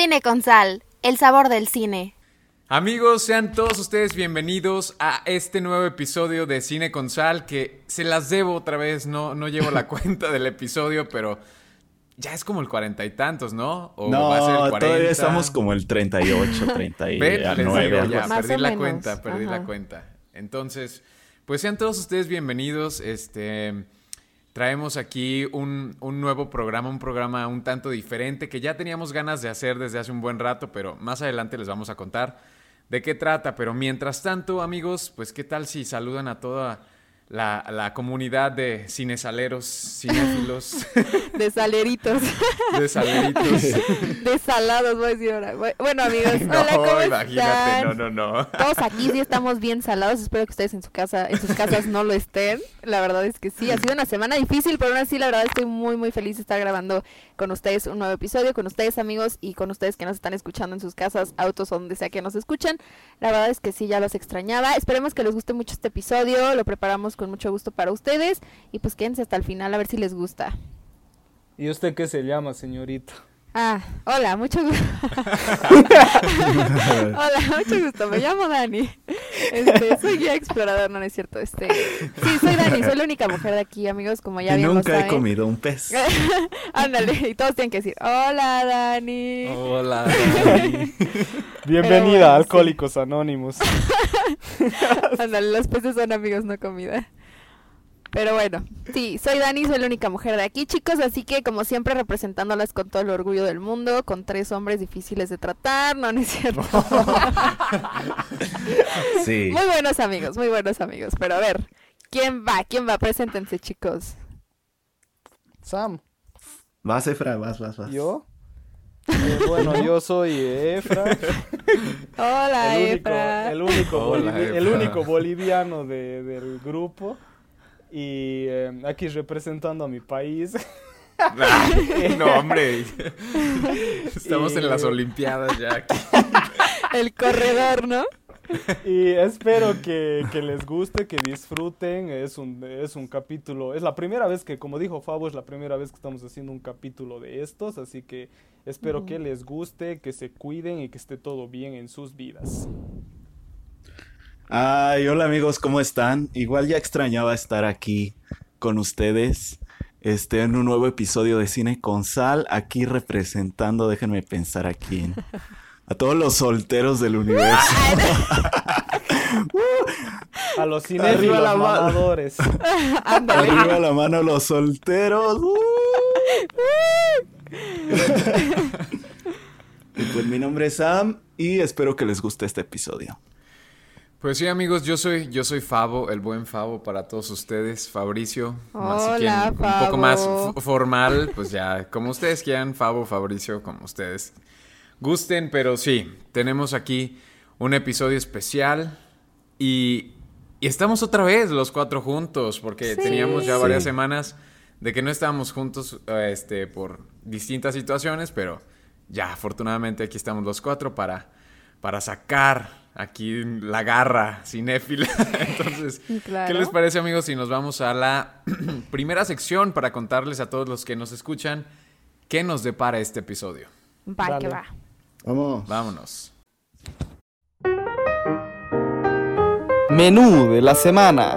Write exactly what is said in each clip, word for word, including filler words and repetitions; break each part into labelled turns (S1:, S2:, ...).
S1: Cine con Sal, el sabor del cine.
S2: Amigos, sean todos ustedes bienvenidos a este nuevo episodio de Cine con Sal, que se las debo otra vez, no, no llevo la cuenta del episodio, pero ya es como el cuarenta y tantos, ¿no?
S3: ¿O no, va a ser el cuarenta? Todavía estamos como el treinta y ocho, treinta y nueve.
S2: Ya,
S1: Más
S2: perdí
S1: o
S2: la
S1: menos.
S2: cuenta, perdí
S1: Ajá.
S2: la cuenta. Entonces, pues sean todos ustedes bienvenidos, este... Traemos aquí un, un nuevo programa, un programa un tanto diferente que ya teníamos ganas de hacer desde hace un buen rato, pero más adelante les vamos a contar de qué trata. Pero mientras tanto, amigos, pues qué tal si saludan a toda la, la comunidad de cinesaleros, cinéfilos.
S1: De saleritos.
S2: De saleritos.
S1: De salados, voy a decir ahora. Bueno, amigos,
S2: No,
S1: hola, ¿cómo
S2: imagínate,
S1: están?
S2: no, no, no.
S1: Todos aquí sí estamos bien salados. Espero que ustedes en su casa, en sus casas no lo estén. La verdad es que sí, ha sido una semana difícil, pero aún así la verdad estoy muy muy feliz de estar grabando con ustedes un nuevo episodio, con ustedes amigos y con ustedes que nos están escuchando en sus casas, autos o donde sea que nos escuchen. La verdad es que sí, ya los extrañaba. Esperemos que les guste mucho este episodio, lo preparamos con mucho gusto para ustedes y pues quédense hasta el final a ver si les gusta.
S4: ¿Y usted qué se llama, señorita?
S1: Ah, hola, mucho gusto. Hola, mucho gusto, me llamo Dani. Este, soy guía explorador, no, no es cierto. Este, sí, soy Dani, soy la única mujer de aquí, amigos, como ya
S3: y
S1: bien lo
S3: nunca
S1: saben.
S3: he comido un pez.
S1: Ándale, y todos tienen que decir, hola, Dani.
S2: Hola, Dani.
S4: Bienvenida,
S1: bueno,
S4: a Alcohólicos Anónimos.
S1: Ándale, los peces son amigos, no comida. Pero bueno, sí, soy Dani, soy la única mujer de aquí, chicos, así que como siempre representándolas con todo el orgullo del mundo, con tres hombres difíciles de tratar, no, no es cierto.
S3: Sí.
S1: Muy buenos amigos, muy buenos amigos, pero a ver, ¿quién va? ¿Quién va? Preséntense, chicos.
S4: Sam,
S3: Vas, Efra, vas, vas, vas.
S4: ¿yo? Eh, bueno, yo soy Efra.
S1: Hola,
S4: el único,
S1: Efra.
S4: el único,
S2: Hola,
S4: bolivi- el
S2: Efra.
S4: único boliviano de, del grupo. Y eh, aquí representando a mi país.
S2: Ay, no, hombre. Estamos
S4: Y-
S2: en las Olimpiadas ya aquí.
S1: El corredor, ¿no?
S4: Y espero que, que les guste, que disfruten. Es un, es un capítulo, es la primera vez que, como dijo Fabo, es la primera vez que estamos haciendo un capítulo de estos. Así que espero
S1: Ujú.
S4: que les guste, que se cuiden y que esté todo bien en sus vidas.
S3: Ay, hola amigos, ¿cómo están? Igual ya extrañaba estar aquí con ustedes, este, en un nuevo episodio de Cine con Sal, aquí representando, déjenme pensar a quién, a todos los solteros del universo.
S4: A los cinéfilos
S3: Arriba la mano.
S4: mamadores.
S1: Ándale.
S3: Arriba la mano los solteros. ¡Uh! Y pues mi nombre es Sam y espero que les guste este episodio.
S2: Pues sí, amigos, yo soy, yo soy Fabo, el buen Fabo para todos ustedes, Fabricio.
S1: Hola,
S2: Así que un
S1: Fabo.
S2: poco más f- formal, pues ya, como ustedes quieran, Fabo, Fabricio, como ustedes gusten, pero sí, tenemos aquí un episodio especial y, y estamos otra vez los cuatro juntos, porque
S1: Sí.
S2: teníamos ya varias
S3: Sí.
S2: semanas de que no estábamos juntos eh, este, por distintas situaciones, pero ya, afortunadamente aquí estamos los cuatro para, para sacar aquí la garra cinéfila. Entonces,
S1: Claro.
S2: ¿qué les parece, amigos, si nos vamos a la primera sección para contarles a todos los que nos escuchan qué nos depara este episodio?
S1: Va,
S4: Dale.
S1: que va.
S3: Vamos.
S2: Vámonos.
S4: Menú de la semana.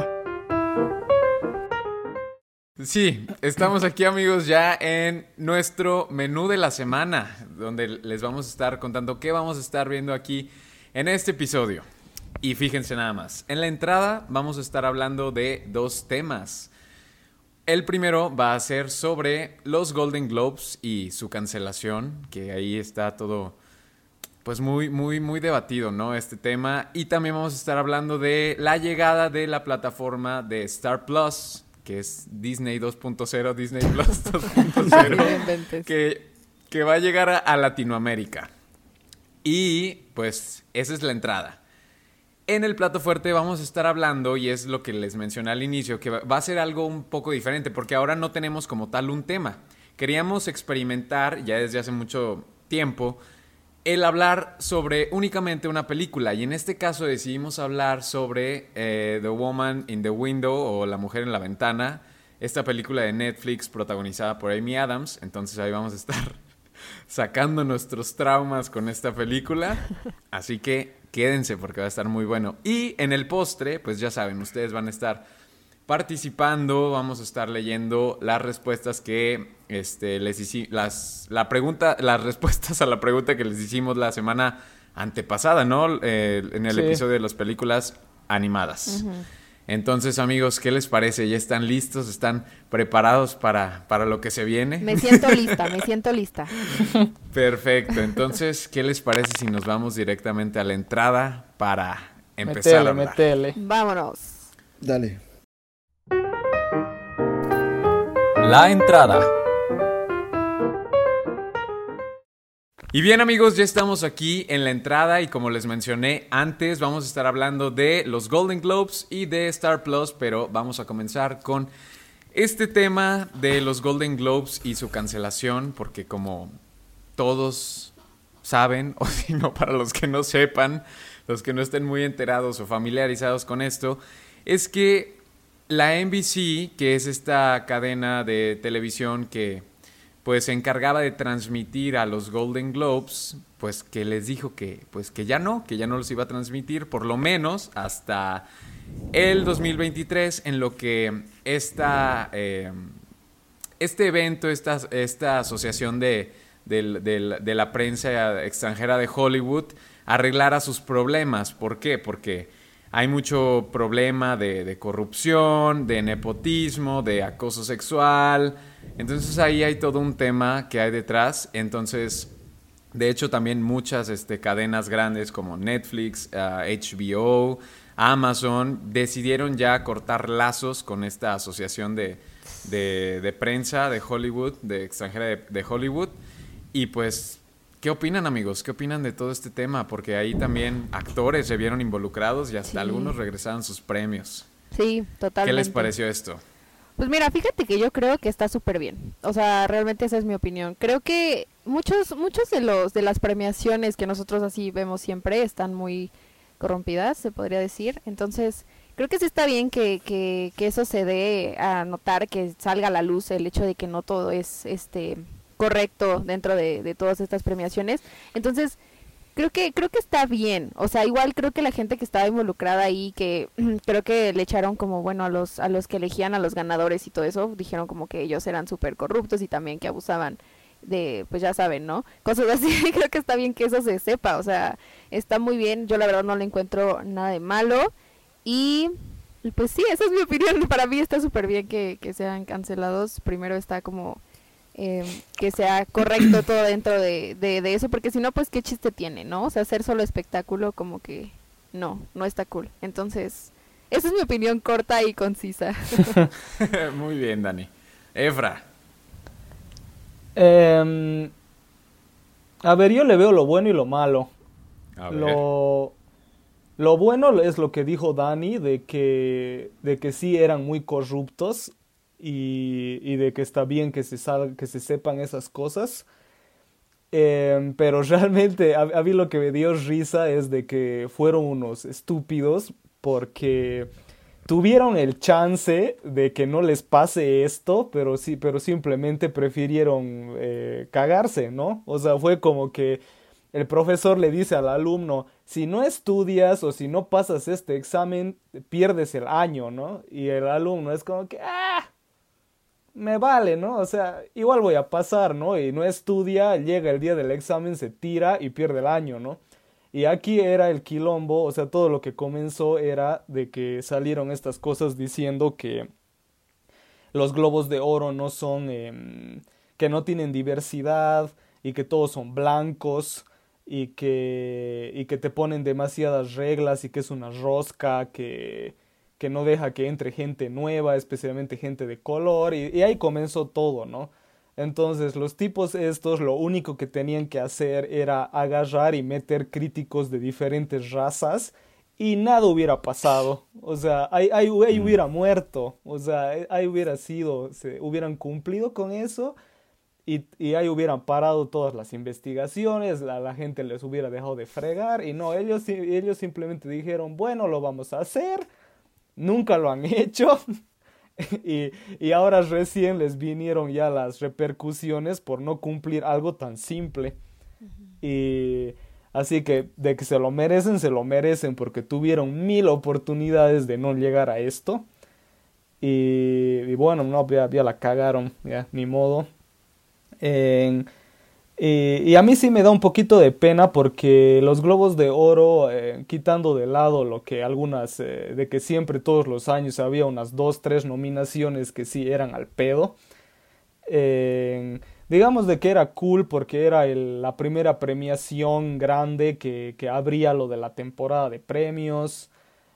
S2: Sí, estamos aquí, amigos, ya en nuestro menú de la semana, donde les vamos a estar contando qué vamos a estar viendo aquí en este episodio. Y fíjense nada más, en la entrada vamos a estar hablando de dos temas. El primero va a ser sobre los Golden Globes y su cancelación, que ahí está todo pues muy, muy, muy debatido, ¿no? Este tema. Y también vamos a estar hablando de la llegada de la plataforma de Star Plus, que es Disney dos punto cero, Disney Plus dos punto cero,
S1: No inventes.
S2: que, que va a llegar a, a Latinoamérica. Y pues esa es la entrada. En el plato fuerte vamos a estar hablando, y es lo que les mencioné al inicio, que va, va a ser algo un poco diferente, porque ahora no tenemos como tal un tema. Queríamos experimentar, ya desde hace mucho tiempo, el hablar sobre únicamente una película, y en este caso decidimos hablar sobre eh, The Woman in the Window, o La Mujer en la Ventana, esta película de Netflix protagonizada por Amy Adams. Entonces ahí vamos a estar sacando nuestros traumas con esta película. Así que quédense porque va a estar muy bueno. Y en el postre, pues ya saben, ustedes van a estar participando, vamos a estar leyendo las respuestas que este, les hicimos, las, la pregunta, las respuestas a la pregunta que les hicimos la semana antepasada, ¿no? Eh, en el
S4: sí.
S2: episodio de las películas animadas. Uh-huh. Entonces, amigos, ¿qué les parece? ¿Ya están listos? ¿Están preparados para, para lo que se viene?
S1: Me siento lista, me siento lista.
S2: Perfecto. Entonces, ¿qué les parece si nos vamos directamente a la entrada para empezar
S4: metele,
S2: a hablar?
S4: Metele.
S1: Vámonos.
S5: Dale.
S2: La entrada. Y bien, amigos, ya estamos aquí en la entrada y como les mencioné antes, vamos a estar hablando de los Golden Globes y de Star Plus, pero vamos a comenzar con este tema de los Golden Globes y su cancelación, porque como todos saben, o si no, para los que no sepan, los que no estén muy enterados o familiarizados con esto, es que la N B C, que es esta cadena de televisión que pues se encargaba de transmitir a los Golden Globes, pues que les dijo que, pues que ya no, que ya no los iba a transmitir, por lo menos hasta el dos mil veintitrés, en lo que esta, eh, este evento, esta, esta asociación de, de, de, de la prensa extranjera de Hollywood arreglara sus problemas. ¿Por qué? Porque hay mucho problema de, de corrupción, de nepotismo, de acoso sexual. Entonces ahí hay todo un tema que hay detrás. Entonces, de hecho, también muchas este, cadenas grandes como Netflix, uh, H B O, Amazon, decidieron ya cortar lazos con esta asociación de, de, de prensa de Hollywood, de extranjera de, de Hollywood. Y pues, ¿qué opinan, amigos? ¿Qué opinan de todo este tema? Porque ahí también actores se vieron involucrados y hasta sí. algunos regresaron sus premios.
S1: Sí, totalmente.
S2: ¿Qué les pareció esto?
S1: Pues mira, fíjate que yo creo que está súper bien. O sea, realmente esa es mi opinión. Creo que muchos muchos de los de las premiaciones que nosotros así vemos siempre están muy corrompidas, se podría decir. Entonces, creo que sí está bien que, que, que eso se dé a notar, que salga a la luz el hecho de que no todo es este correcto dentro de, de todas estas premiaciones. Entonces, creo que creo que está bien. O sea, igual creo que la gente que estaba involucrada ahí, que creo que le echaron como, bueno, a los a los que elegían a los ganadores y todo eso, dijeron como que ellos eran súper corruptos y también que abusaban de, pues ya saben, ¿no? Cosas así. Creo que está bien que eso se sepa. O sea, está muy bien. Yo la verdad no le encuentro nada de malo. Y pues sí, esa es mi opinión. Para mí está súper bien que, que sean cancelados. Primero está como Eh, que sea correcto todo dentro de, de, de eso, porque si no, pues qué chiste tiene, ¿no? O sea, hacer solo espectáculo como que no, no está cool. Entonces, esa es mi opinión corta y concisa.
S2: Muy bien, Dani. Efra.
S4: Eh, a ver, yo le veo lo bueno y lo malo.
S2: A ver.
S4: Lo, lo bueno es lo que dijo Dani, de que, de que sí eran muy corruptos. Y, y de que está bien que se, sal, que se sepan esas cosas. Eh, pero realmente a, a mí lo que me dio risa es de que fueron unos estúpidos porque tuvieron el chance de que no les pase esto, pero, sí, pero simplemente prefirieron eh, cagarse, ¿no? O sea, fue como que el profesor le dice al alumno, si no estudias o si no pasas este examen, pierdes el año, ¿no? Y el alumno es como que, ¡ah! Me vale, ¿no? O sea, igual voy a pasar, ¿no? Y no estudia, llega el día del examen, se tira y pierde el año, ¿no? Y aquí era el quilombo, o sea, todo lo que comenzó era de que salieron estas cosas diciendo que los globos de oro no son, eh, que no tienen diversidad y que todos son blancos y que, y que te ponen demasiadas reglas y que es una rosca que... que no deja que entre gente nueva, especialmente gente de color, y, y ahí comenzó todo, ¿no? Entonces los tipos estos lo único que tenían que hacer era agarrar y meter críticos de diferentes razas y nada hubiera pasado, o sea, ahí, ahí, ahí hubiera muerto, o sea, ahí hubiera sido, se hubieran cumplido con eso y, y ahí hubieran parado todas las investigaciones, la, la gente les hubiera dejado de fregar y no, ellos, ellos simplemente dijeron, bueno, lo vamos a hacer. Nunca lo han hecho Y, y ahora recién les vinieron ya las repercusiones por no cumplir algo tan simple. Y así que de que se lo merecen, se lo merecen porque tuvieron mil oportunidades de no llegar a esto. Y, y bueno, no, ya, ya la cagaron, ya, ni modo. En- y, y a mí sí me da un poquito de pena porque los Globos de Oro, eh, quitando de lado lo que algunas, eh, de que siempre todos los años había unas dos, tres nominaciones que sí eran al pedo. eh, digamos de que era cool porque era el- la primera premiación grande que, que abría lo de la temporada de premios.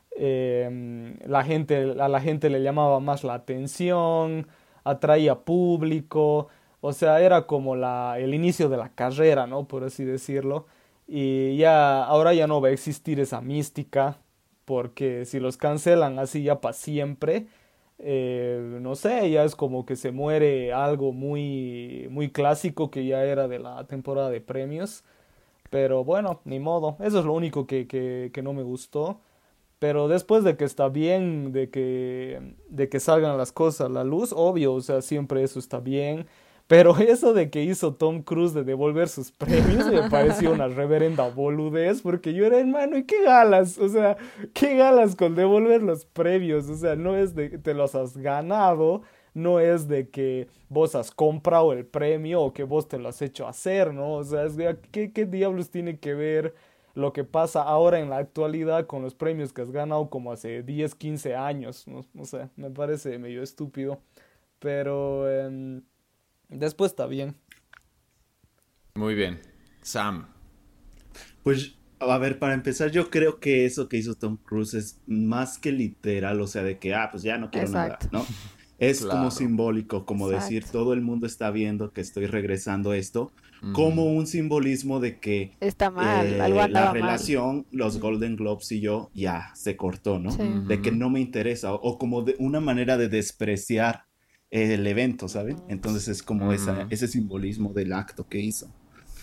S4: eh, la gente, a la gente le llamaba más la atención, atraía público, o sea, era como la, el inicio de la carrera, ¿no? Por así decirlo. Y ya, ahora ya no va a existir esa mística, porque si los cancelan así ya para siempre, eh, no sé, ya es como que se muere algo muy, muy clásico que ya era de la temporada de premios. Pero bueno, ni modo, eso es lo único que, que, que no me gustó. Pero después de que está bien, de que, de que salgan las cosas a la luz, obvio, o sea, siempre eso está bien. Pero eso de que hizo Tom Cruise de devolver sus premios me pareció una reverenda boludez, porque yo era hermano, ¿y qué galas? O sea, ¿qué galas con devolver los premios? O sea, no es de que te los has ganado, no es de que vos has comprado el premio o que vos te lo has hecho hacer, ¿no? O sea, es de, ¿qué, qué diablos tiene que ver lo que pasa ahora en la actualidad con los premios que has ganado como hace diez quince años? No, o sea, me parece medio estúpido. Pero em, después está bien.
S2: Muy bien. Sam.
S3: Pues, a ver, para empezar, yo creo que eso que hizo Tom Cruise es más que literal, o sea, de que, ah, pues ya no quiero nada,
S1: Exacto.
S3: ¿no? Es como
S2: Claro.
S3: simbólico, como decir,
S1: Exacto.
S3: todo el mundo está viendo que estoy regresando a esto, como
S2: Ujú.
S3: un simbolismo de que
S1: Está mal, algo
S3: eh, la
S1: andaba mal.
S3: relación, los
S1: Ujú.
S3: Golden Globes y yo, ya se cortó, ¿no?
S1: Sí.
S3: De que
S2: Ujú.
S3: no me interesa, o, o como de una manera de despreciar el evento, ¿saben?
S1: Ujú.
S3: Entonces es como esa,
S2: Ujú.
S3: ese simbolismo del acto que hizo.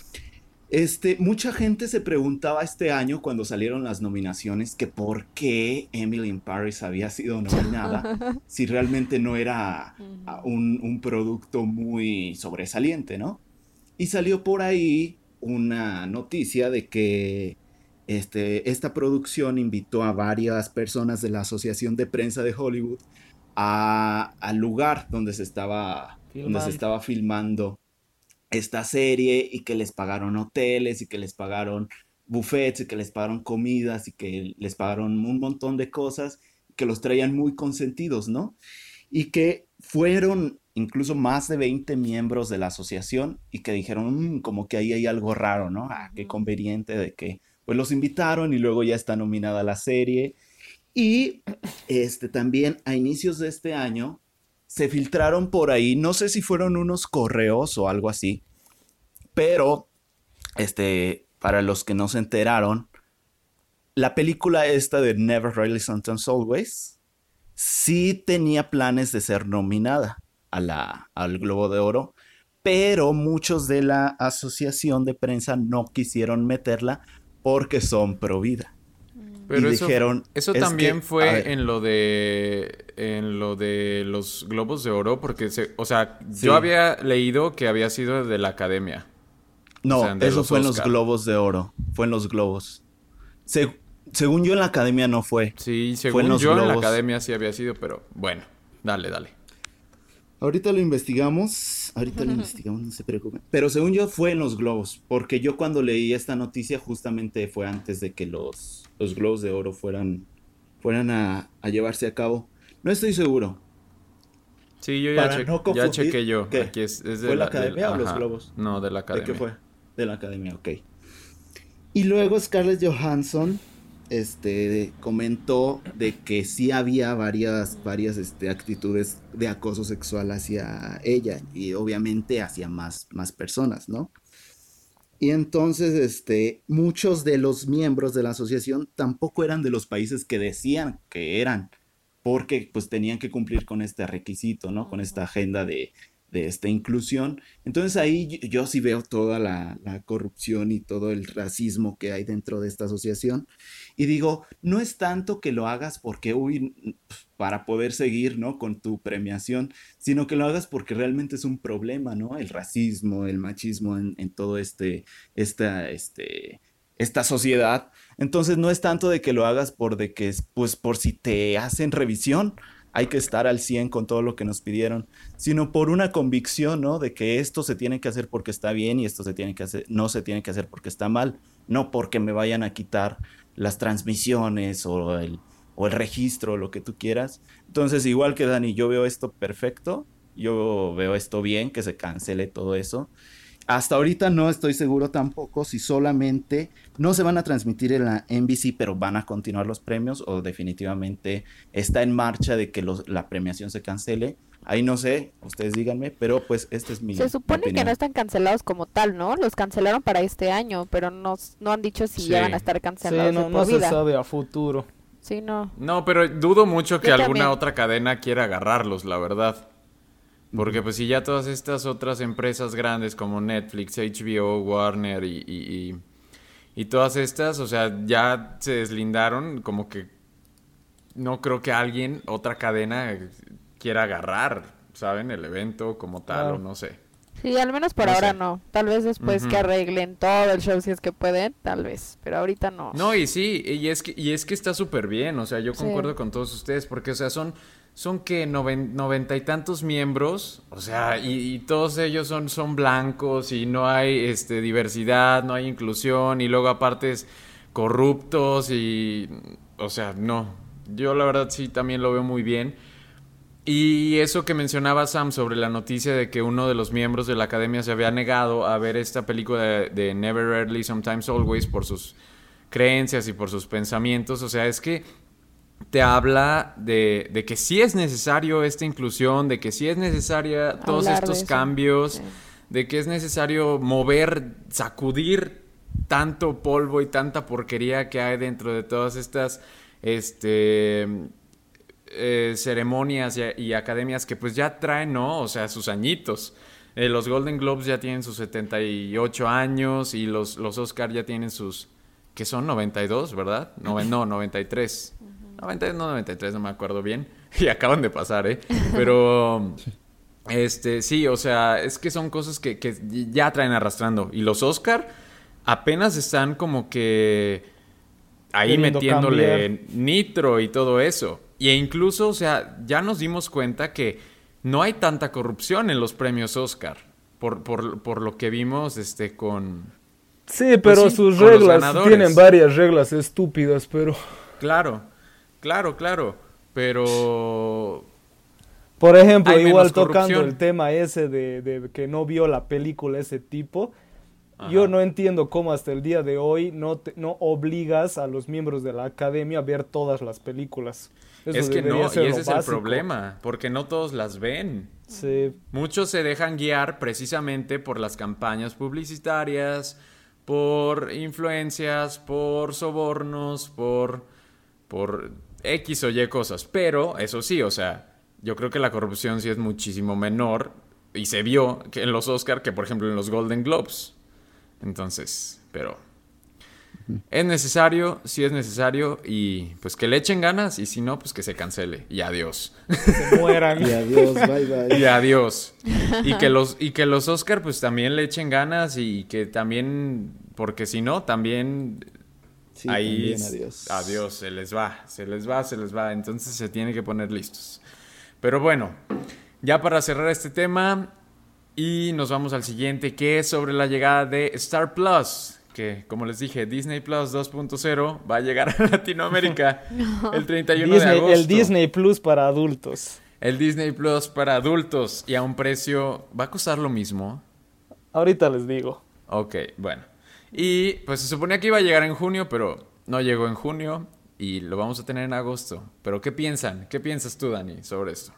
S3: Este, mucha gente se preguntaba este año cuando salieron las nominaciones que por qué Emily in Paris había sido nominada si realmente no era ah,
S1: Ujú.
S3: un, un producto muy sobresaliente, ¿no? Y salió por ahí una noticia de que este, esta producción invitó a varias personas de la Asociación de Prensa de Hollywood a- al lugar donde se estaba, donde se
S4: Filmando.
S3: estaba filmando esta serie y que les pagaron hoteles y que les pagaron buffets y que les pagaron comidas y que les pagaron un montón de cosas que los traían muy consentidos, ¿no? Y que fueron incluso más de veinte miembros de la asociación y que dijeron, "Mm, como que ahí hay algo raro, ¿no? Ah, qué
S1: Ujú.
S3: conveniente de que pues los invitaron y luego ya está nominada la serie. Y este también a inicios de este año se filtraron por ahí, no sé si fueron unos correos o algo así, pero este para los que no se enteraron, la película esta de Never Really Sometimes Always sí tenía planes de ser nominada a la, al Globo de Oro, pero muchos de la asociación de prensa no quisieron meterla porque son pro vida. Y
S2: Pero eso,
S3: dijeron,
S2: eso
S3: es
S2: también
S3: que, a
S2: fue
S3: ver,
S2: en lo de, en lo de los Globos de Oro, porque se, o sea, yo
S3: sí,
S2: había leído que había sido de la Academia, o sea,
S3: no,
S2: de
S3: eso
S2: los
S3: fue en los
S2: Oscar.
S3: Globos de Oro, fue en los Globos. Se- según yo en la academia no fue,
S2: Sí,
S3: fue en
S2: según
S3: los
S2: yo en la
S3: Globos.
S2: Academia sí había sido, pero bueno, dale, dale.
S3: Ahorita lo investigamos, ahorita lo investigamos, no se preocupen. Pero según yo fue en los globos, porque yo cuando leí esta noticia justamente fue antes de que los, los globos de oro fueran, fueran a, a llevarse a cabo. No estoy seguro.
S2: Sí, yo ya,
S3: Para
S2: che-
S3: no
S2: ya
S3: confundir,
S2: chequé yo.
S3: ¿qué?
S2: Aquí es, es de
S3: ¿Fue la
S2: la, del,
S3: academia o los
S2: ajá,
S3: globos?
S2: no, de la
S3: ¿De qué
S2: Academia.
S3: fue? De la academia, ok. Y luego Scarlett Johansson este, comentó de que sí había varias, varias este, actitudes de acoso sexual hacia ella y obviamente hacia más, más personas, ¿no? Y entonces, este, muchos de los miembros de la asociación tampoco eran de los países que decían que eran, porque pues tenían que cumplir con este requisito, ¿no? Con esta
S1: Ujú.
S3: agenda de, de esta inclusión. Entonces ahí yo, yo sí veo toda la, la corrupción y todo el racismo que hay dentro de esta asociación. Y digo, no es tanto que lo hagas porque, uy, para poder seguir, ¿no? Con tu premiación, sino que lo hagas porque realmente es un problema, ¿no? El racismo, el machismo en, en todo este, esta, este, esta sociedad. Entonces no es tanto de que lo hagas por de que, pues, por si te hacen revisión, hay que estar al cien con todo lo que nos pidieron, sino por una convicción, ¿no? De que esto se tiene que hacer porque está bien y esto se tiene que hacer, no se tiene que hacer porque está mal, no porque me vayan a quitar las transmisiones o el, o el registro, lo que tú quieras. Entonces, igual que Dani, yo veo esto perfecto, yo veo esto bien, que se cancele todo eso. Hasta ahorita no estoy seguro tampoco si solamente no se van a transmitir en la N B C, pero van a continuar los premios o definitivamente está en marcha de que los, la premiación se cancele. Ahí no sé, ustedes díganme, pero pues este es mi
S1: Se supone
S3: opinión.
S1: que no están cancelados como tal, ¿no? Los cancelaron para este año, pero no, no han dicho si
S2: Sí.
S1: ya van a estar cancelados
S4: Sí, no,
S1: de
S4: no
S1: por
S4: se
S1: vida.
S4: sabe a futuro.
S1: Sí, no.
S2: No, pero dudo mucho que
S1: Yo
S2: alguna
S1: también.
S2: otra cadena quiera agarrarlos, la verdad. Porque pues si ya todas estas otras empresas grandes como Netflix, H B O, Warner y, y, y, y todas estas, o sea, ya se deslindaron, como que no creo que alguien, otra cadena, eh, quiera agarrar, ¿saben? El evento como tal,
S4: Claro.
S2: o no sé.
S1: Sí, al menos por
S2: No
S1: ahora
S2: sé.
S1: no. Tal vez después
S2: Ujú.
S1: que arreglen todo el show si es que pueden, tal vez. Pero ahorita no.
S2: No, y sí, y es que, y es que está súper bien, o sea, yo
S1: Sí.
S2: concuerdo con todos ustedes, porque, o sea, son, son que noven- noventa y tantos miembros, o sea, y, y todos ellos son, son blancos y no hay este, diversidad, no hay inclusión, y luego aparte es corruptos y, o sea, no, yo la verdad sí también lo veo muy bien. Y eso que mencionaba Sam sobre la noticia de que uno de los miembros de la academia se había negado a ver esta película de, de Never Rarely, Sometimes Always por sus creencias y por sus pensamientos, o sea, es que te habla de, de que sí es necesario esta inclusión, de que sí es necesaria todos
S1: Hablar de
S2: estos
S1: eso.
S2: cambios,
S1: Sí.
S2: de que es necesario mover, sacudir tanto polvo y tanta porquería que hay dentro de todas estas este eh, ceremonias y, y academias que pues ya traen, ¿no? O sea, sus añitos. Eh, los Golden Globes ya tienen sus setenta y ocho años y los, los Oscar ya tienen sus, que son noventa y dos, ¿verdad? No, no noventa y tres. noventa, no, noventa y tres, no me acuerdo bien. Y acaban de pasar, ¿eh? Pero, este, sí, o sea, es que son cosas que, que ya traen arrastrando. Y los Oscar apenas están como que ahí
S4: Queriendo
S2: metiéndole
S4: cambiar.
S2: nitro y todo eso. Y incluso, o sea, ya nos dimos cuenta que no hay tanta corrupción en los premios Oscar. Por, por, por lo que vimos este, con...
S4: Sí, pero
S2: Pues sí,
S4: sus
S2: con los
S4: reglas
S2: ganadores.
S4: tienen varias reglas estúpidas, pero...
S2: Claro, claro, claro. Pero...
S4: Por ejemplo,
S2: Hay
S4: igual
S2: menos
S4: tocando
S2: corrupción.
S4: el tema ese de, de que no vio la película ese tipo,
S2: Ajá.
S4: yo no entiendo cómo hasta el día de hoy no, te- no obligas a los miembros de la academia a ver todas las películas. Eso
S2: es que
S4: debería
S2: no,
S4: ser
S2: y
S4: lo
S2: ese es el
S4: básico.
S2: problema, porque no todos las ven.
S4: Sí,
S2: Muchos se dejan guiar precisamente por las campañas publicitarias, por influencias, por sobornos, por, por X o Y cosas. Pero, eso sí, o sea, yo creo que la corrupción sí es muchísimo menor y se vio que en los Oscar que, por ejemplo, en los Golden Globes. Entonces, pero... Es necesario, sí es necesario y pues que le echen ganas y si no, pues que se cancele y adiós.
S4: se mueran.
S3: Y adiós, bye bye.
S2: Y adiós. Y que los, y que los Oscar pues también le echen ganas y que también, porque si no, también
S3: Sí,
S2: ahí
S3: también adiós.
S2: adiós, se les va, se les va, se les va. Entonces se tiene que poner listos. Pero bueno, ya para cerrar este tema y nos vamos al siguiente, que es sobre la llegada de Star Plus. Que, como les dije, Disney Plus dos punto cero va a llegar a Latinoamérica el treinta y uno de
S4: Disney-
S2: agosto.
S4: el Disney Plus para adultos.
S2: El Disney Plus para adultos y a un precio... ¿Va a costar lo mismo?
S4: Ahorita les digo.
S2: Ok, bueno. Y pues se suponía que iba a llegar en junio, pero no llegó en junio y lo vamos a tener en agosto. Pero ¿qué piensan? ¿Qué piensas tú, Dani, sobre esto?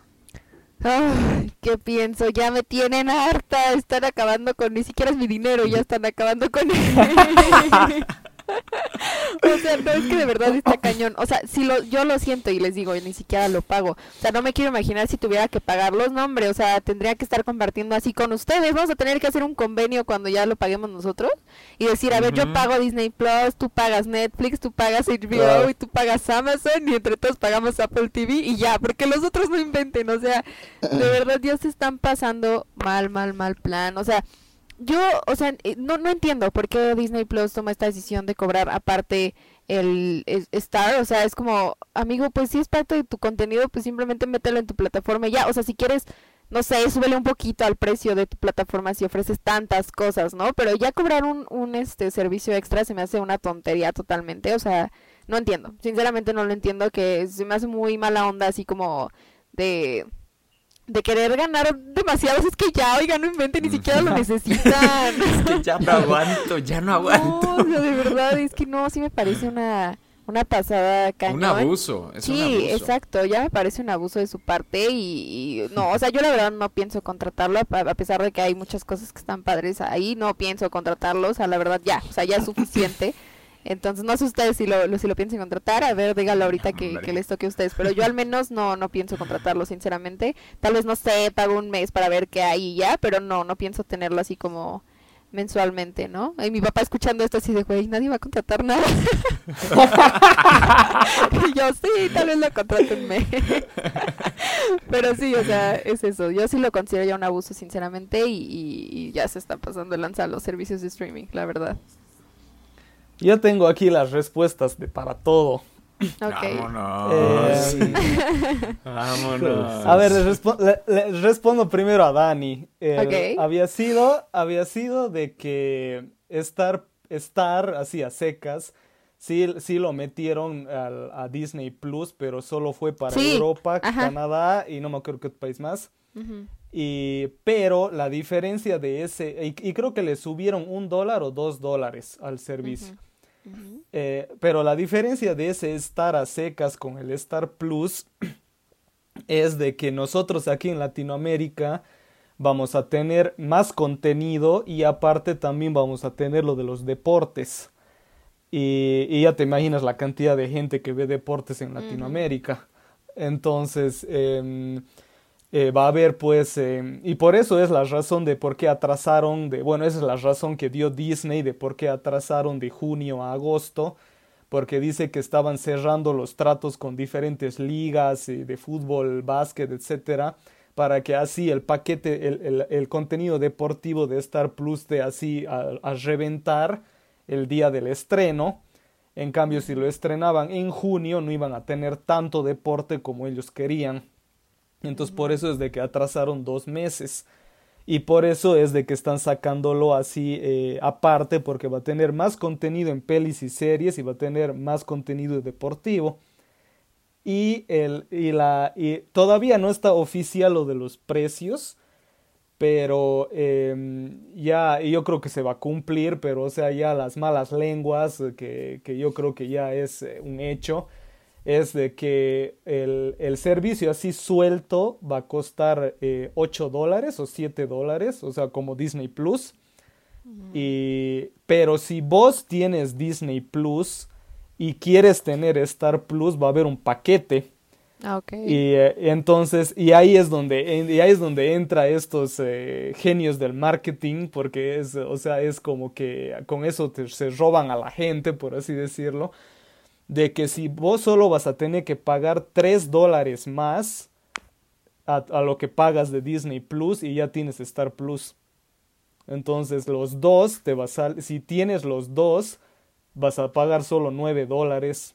S1: Ay, ¿qué pienso? Ya me tienen harta. Están acabando con... Ni siquiera es mi dinero, ya están acabando con él. O sea, no, es que de verdad está cañón. O sea, si lo, yo lo siento y les digo, y ni siquiera lo pago. O sea, no me quiero imaginar si tuviera que pagarlos, no, hombre. O sea, tendría que estar compartiendo así con ustedes. Vamos a tener que hacer un convenio cuando ya lo paguemos nosotros. Y decir, a ver, yo
S2: Ujú.
S1: pago Disney Plus, tú pagas Netflix, tú pagas H B O
S4: Claro.
S1: y tú pagas Amazon. Y entre todos pagamos Apple T V y ya. Porque los otros no inventen. O sea, de verdad ya se están pasando mal, mal, mal plan. O sea... Yo, o sea, eh, no, no entiendo por qué Disney Plus toma esta decisión de cobrar aparte el, es- Star. O sea, es como, amigo, pues si es parte de tu contenido, pues simplemente mételo en tu plataforma y ya. O sea, si quieres, no sé, súbele un poquito al precio de tu plataforma si ofreces tantas cosas, ¿no? Pero ya cobrar un, un este servicio extra se me hace una tontería totalmente. O sea, no entiendo. Sinceramente no lo entiendo, que se me hace muy mala onda así como de de querer ganar demasiado. Es que ya, oiga, no inventen, ni siquiera lo necesitan.
S2: Es que ya no aguanto, ya no
S1: No,
S2: aguanto.
S1: o sea, de verdad, es que no, sí me parece una, una pasada cañón.
S2: Un abuso, es un
S1: Sí,
S2: abuso.
S1: exacto, ya me parece un abuso de su parte y, y no, o sea, yo la verdad no pienso contratarlo, a, a pesar de que hay muchas cosas que están padres ahí, no pienso contratarlo, o sea, la verdad ya, o sea, ya es suficiente. Entonces, no sé ustedes si lo, lo- si lo piensan contratar, a ver, díganlo ahorita que,
S2: Hombre.
S1: que les toque a ustedes, pero yo al menos no, no pienso contratarlo, sinceramente. Tal vez, no sé, pago un mes para ver qué hay y ya, pero no, no pienso tenerlo así como mensualmente, ¿no? Y mi papá escuchando esto así de, güey, nadie va a contratar nada. Y yo, sí, tal vez lo contratenme. Pero sí, o sea, es eso. Yo sí lo considero ya un abuso, sinceramente, y, y- y ya se está pasando el lanza a los servicios de streaming, la verdad.
S4: Yo tengo aquí las respuestas de para todo.
S1: Ok.
S2: Vámonos.
S4: Eh,
S2: Vámonos.
S4: A ver, les, respo- le- les respondo primero a Dani. El-
S1: Ok.
S4: Había sido, había sido de que estar, estar así a secas, sí, sí lo metieron al- a Disney Plus, pero solo fue para
S1: Sí,
S4: Europa,
S1: ajá.
S4: Canadá y no me acuerdo qué otro país más.
S1: Ujú.
S4: Y, pero la diferencia de ese, y, y creo que le subieron un dólar o dos dólares al servicio.
S1: Ujú.
S4: Eh, pero la diferencia de ese estar a secas con el Star Plus es de que nosotros aquí en Latinoamérica vamos a tener más contenido y aparte también vamos a tener lo de los deportes. Y, y ya te imaginas la cantidad de gente que ve deportes en Latinoamérica. Entonces, em, eh, va a haber pues, em, y por eso es la razón de por qué atrasaron, de, bueno, esa es la razón que dio Disney de por qué atrasaron de junio a agosto, porque dice que estaban cerrando los tratos con diferentes ligas eh, de fútbol, básquet, etcétera, para que así el paquete, el, el- el contenido deportivo de Star Plus de así a, a reventar el día del estreno. En cambio, si lo estrenaban en junio, no iban a tener tanto deporte como ellos querían. Entonces, por eso es de que atrasaron dos meses. Y por eso es de que están sacándolo así eh, aparte, porque va a tener más contenido en pelis y series y va a tener más contenido deportivo. Y, el, y, la, y todavía no está oficial lo de los precios, pero eh, ya yo creo que se va a cumplir, pero o sea, ya las malas lenguas, eh, que, que yo creo que ya es eh, un hecho, es de que el, el servicio así suelto va a costar eh, ocho dólares o siete dólares, o sea, como Disney Plus. Y, pero si vos tienes Disney Plus y quieres tener Star Plus, va a haber un paquete.
S1: Ah, ok.
S4: Y eh, entonces, y ahí es donde, en- y ahí es donde entra estos eh, genios del marketing, porque es, o sea, es como que con eso te- se roban a la gente, por así decirlo, de que si vos solo vas a tener que pagar tres dólares más a, a lo que pagas de Disney Plus y ya tienes Star Plus. Entonces los dos te vas a, si tienes los dos, vas a pagar solo nueve dólares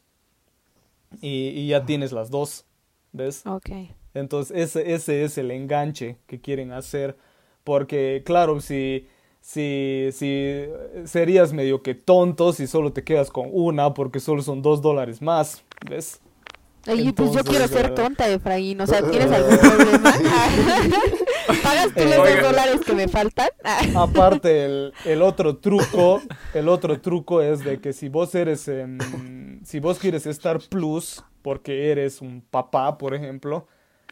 S4: y, y ya tienes las dos, ¿ves?
S1: Ok.
S4: Entonces ese, ese es el enganche que quieren hacer, porque claro, si, si, si serías medio que tonto si solo te quedas con una, porque solo son dos dólares más, ¿ves?
S1: Oye, pues yo
S4: Entonces,
S1: quiero ser
S4: eh,
S1: tonta, Efraín. O sea, ¿tienes algún problema? ¿Pagas tú
S4: Eh,
S1: los dos
S4: oiga.
S1: dólares que me faltan?
S4: Aparte, el, el otro truco, el otro truco es de que si vos eres, em, si vos quieres Star Plus, porque eres un papá, por ejemplo,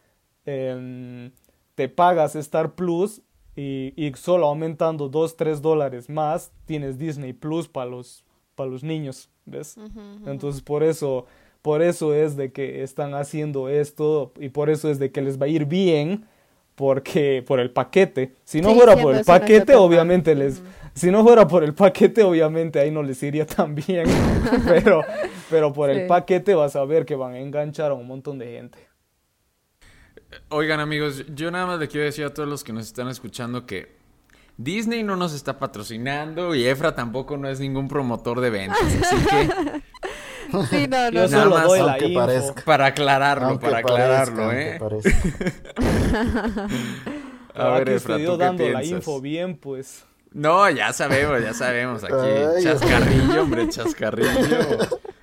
S4: em, te pagas Star Plus y, y solo aumentando dos tres dólares más, tienes Disney Plus para los, para los niños, ¿ves?
S1: Ujú, ujú.
S4: Entonces por eso, por eso es de que están haciendo esto y por eso es de que les va a ir bien, porque por el paquete. Si no
S1: Sí,
S4: fuera
S1: siempre
S4: por el
S1: es una
S4: paquete,
S1: etapa.
S4: obviamente les,
S1: Ujú.
S4: si no fuera por el paquete, obviamente ahí no les iría tan bien, pero, pero por
S1: Sí.
S4: el paquete vas a ver que van a enganchar a un montón de gente.
S2: Oigan, amigos, yo nada más le quiero decir a todos los que nos están escuchando que Disney no nos está patrocinando y Efra tampoco no es ningún promotor de ventas. Así que,
S1: Sí, no, no,
S4: Yo
S1: no.
S2: Nada
S4: solo
S2: más,
S4: doy la
S3: aunque
S4: info.
S3: parezca.
S2: para aclararlo,
S3: Aunque
S2: para
S3: parezca,
S2: aclararlo,
S3: aunque
S2: ¿eh?
S3: parezca.
S2: A ver,
S4: Aquí
S2: Efra,
S4: estoy
S2: ¿tú
S4: yo
S2: qué
S4: dando la
S2: piensas?
S4: info bien, pues.
S2: No, ya sabemos, ya sabemos. Aquí,
S3: Ay,
S2: chascarrillo, hombre, chascarrillo.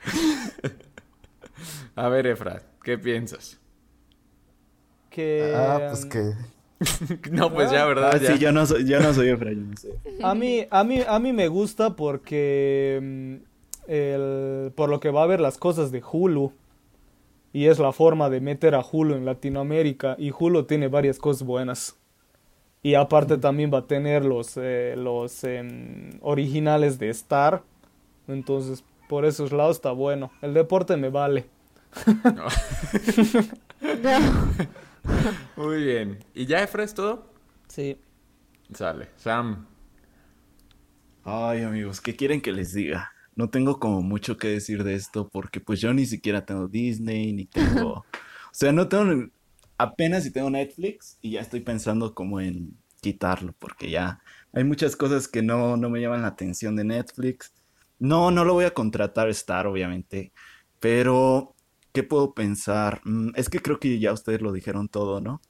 S2: A ver, Efra, ¿qué piensas?
S4: Que
S3: Ah, pues que...
S2: No, pues ya, ¿verdad?
S3: Ah,
S2: Ya.
S3: sí, yo no soy, yo no soy Efra, yo no sé.
S4: a mí, a mí, a mí me gusta porque mm, el, por lo que va a ver las cosas de Hulu y es la forma de meter a Hulu en Latinoamérica y Hulu tiene varias cosas buenas y aparte también va a tener los eh, los em, originales de Star, entonces por esos lados está bueno. El deporte me vale.
S2: No.
S1: No.
S2: Muy bien. ¿Y ya, Efra, es todo?
S4: Sí.
S2: Sale. Sam.
S3: Ay, amigos, ¿qué quieren que les diga? No tengo como mucho que decir de esto porque pues yo ni siquiera tengo Disney, ni tengo... O sea, no tengo... ni- Apenas si tengo Netflix y ya estoy pensando como en quitarlo porque ya hay muchas cosas que no, no me llaman la atención de Netflix. No, no lo voy a contratar Star, obviamente, pero ¿qué puedo pensar? Mm, es que creo que ya ustedes lo dijeron todo, ¿no?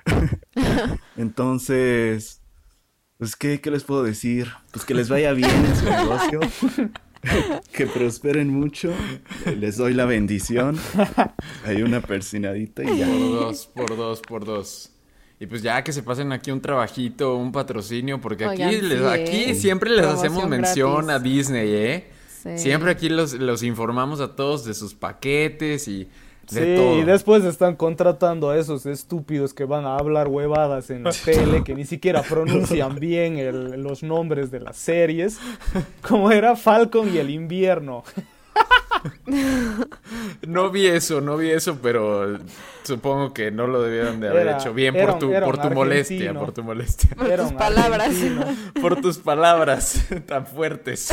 S3: Entonces... Pues, ¿qué, qué les puedo decir? Pues que les vaya bien en su negocio, que prosperen mucho, les doy la bendición, hay una persinadita y ya.
S2: Por dos, por dos, por dos. Y pues ya que se pasen aquí un trabajito, un patrocinio, porque aquí,
S1: Oigan,
S2: les-
S1: sí,
S2: aquí
S1: ¿eh?
S2: siempre les
S1: Promoción
S2: hacemos mención
S1: gratis.
S2: a Disney, ¿eh?
S1: Sí.
S2: Siempre aquí los, los informamos a todos de sus paquetes y de
S4: Sí,
S2: todo.
S4: y después están contratando a esos estúpidos que van a hablar huevadas en la tele, que ni siquiera pronuncian bien el- los nombres de las series, como era Falcon y el invierno.
S2: No vi eso, no vi eso, pero supongo que no lo debieron de haber
S4: Era-
S2: hecho bien
S4: era
S2: por
S4: un-
S2: tu,
S4: era
S2: por
S4: un
S2: tu molestia,
S4: argentino.
S2: por tu molestia.
S1: Por
S4: Era
S1: tus
S4: un
S1: palabras.
S4: argentino.
S2: Por tus palabras tan fuertes.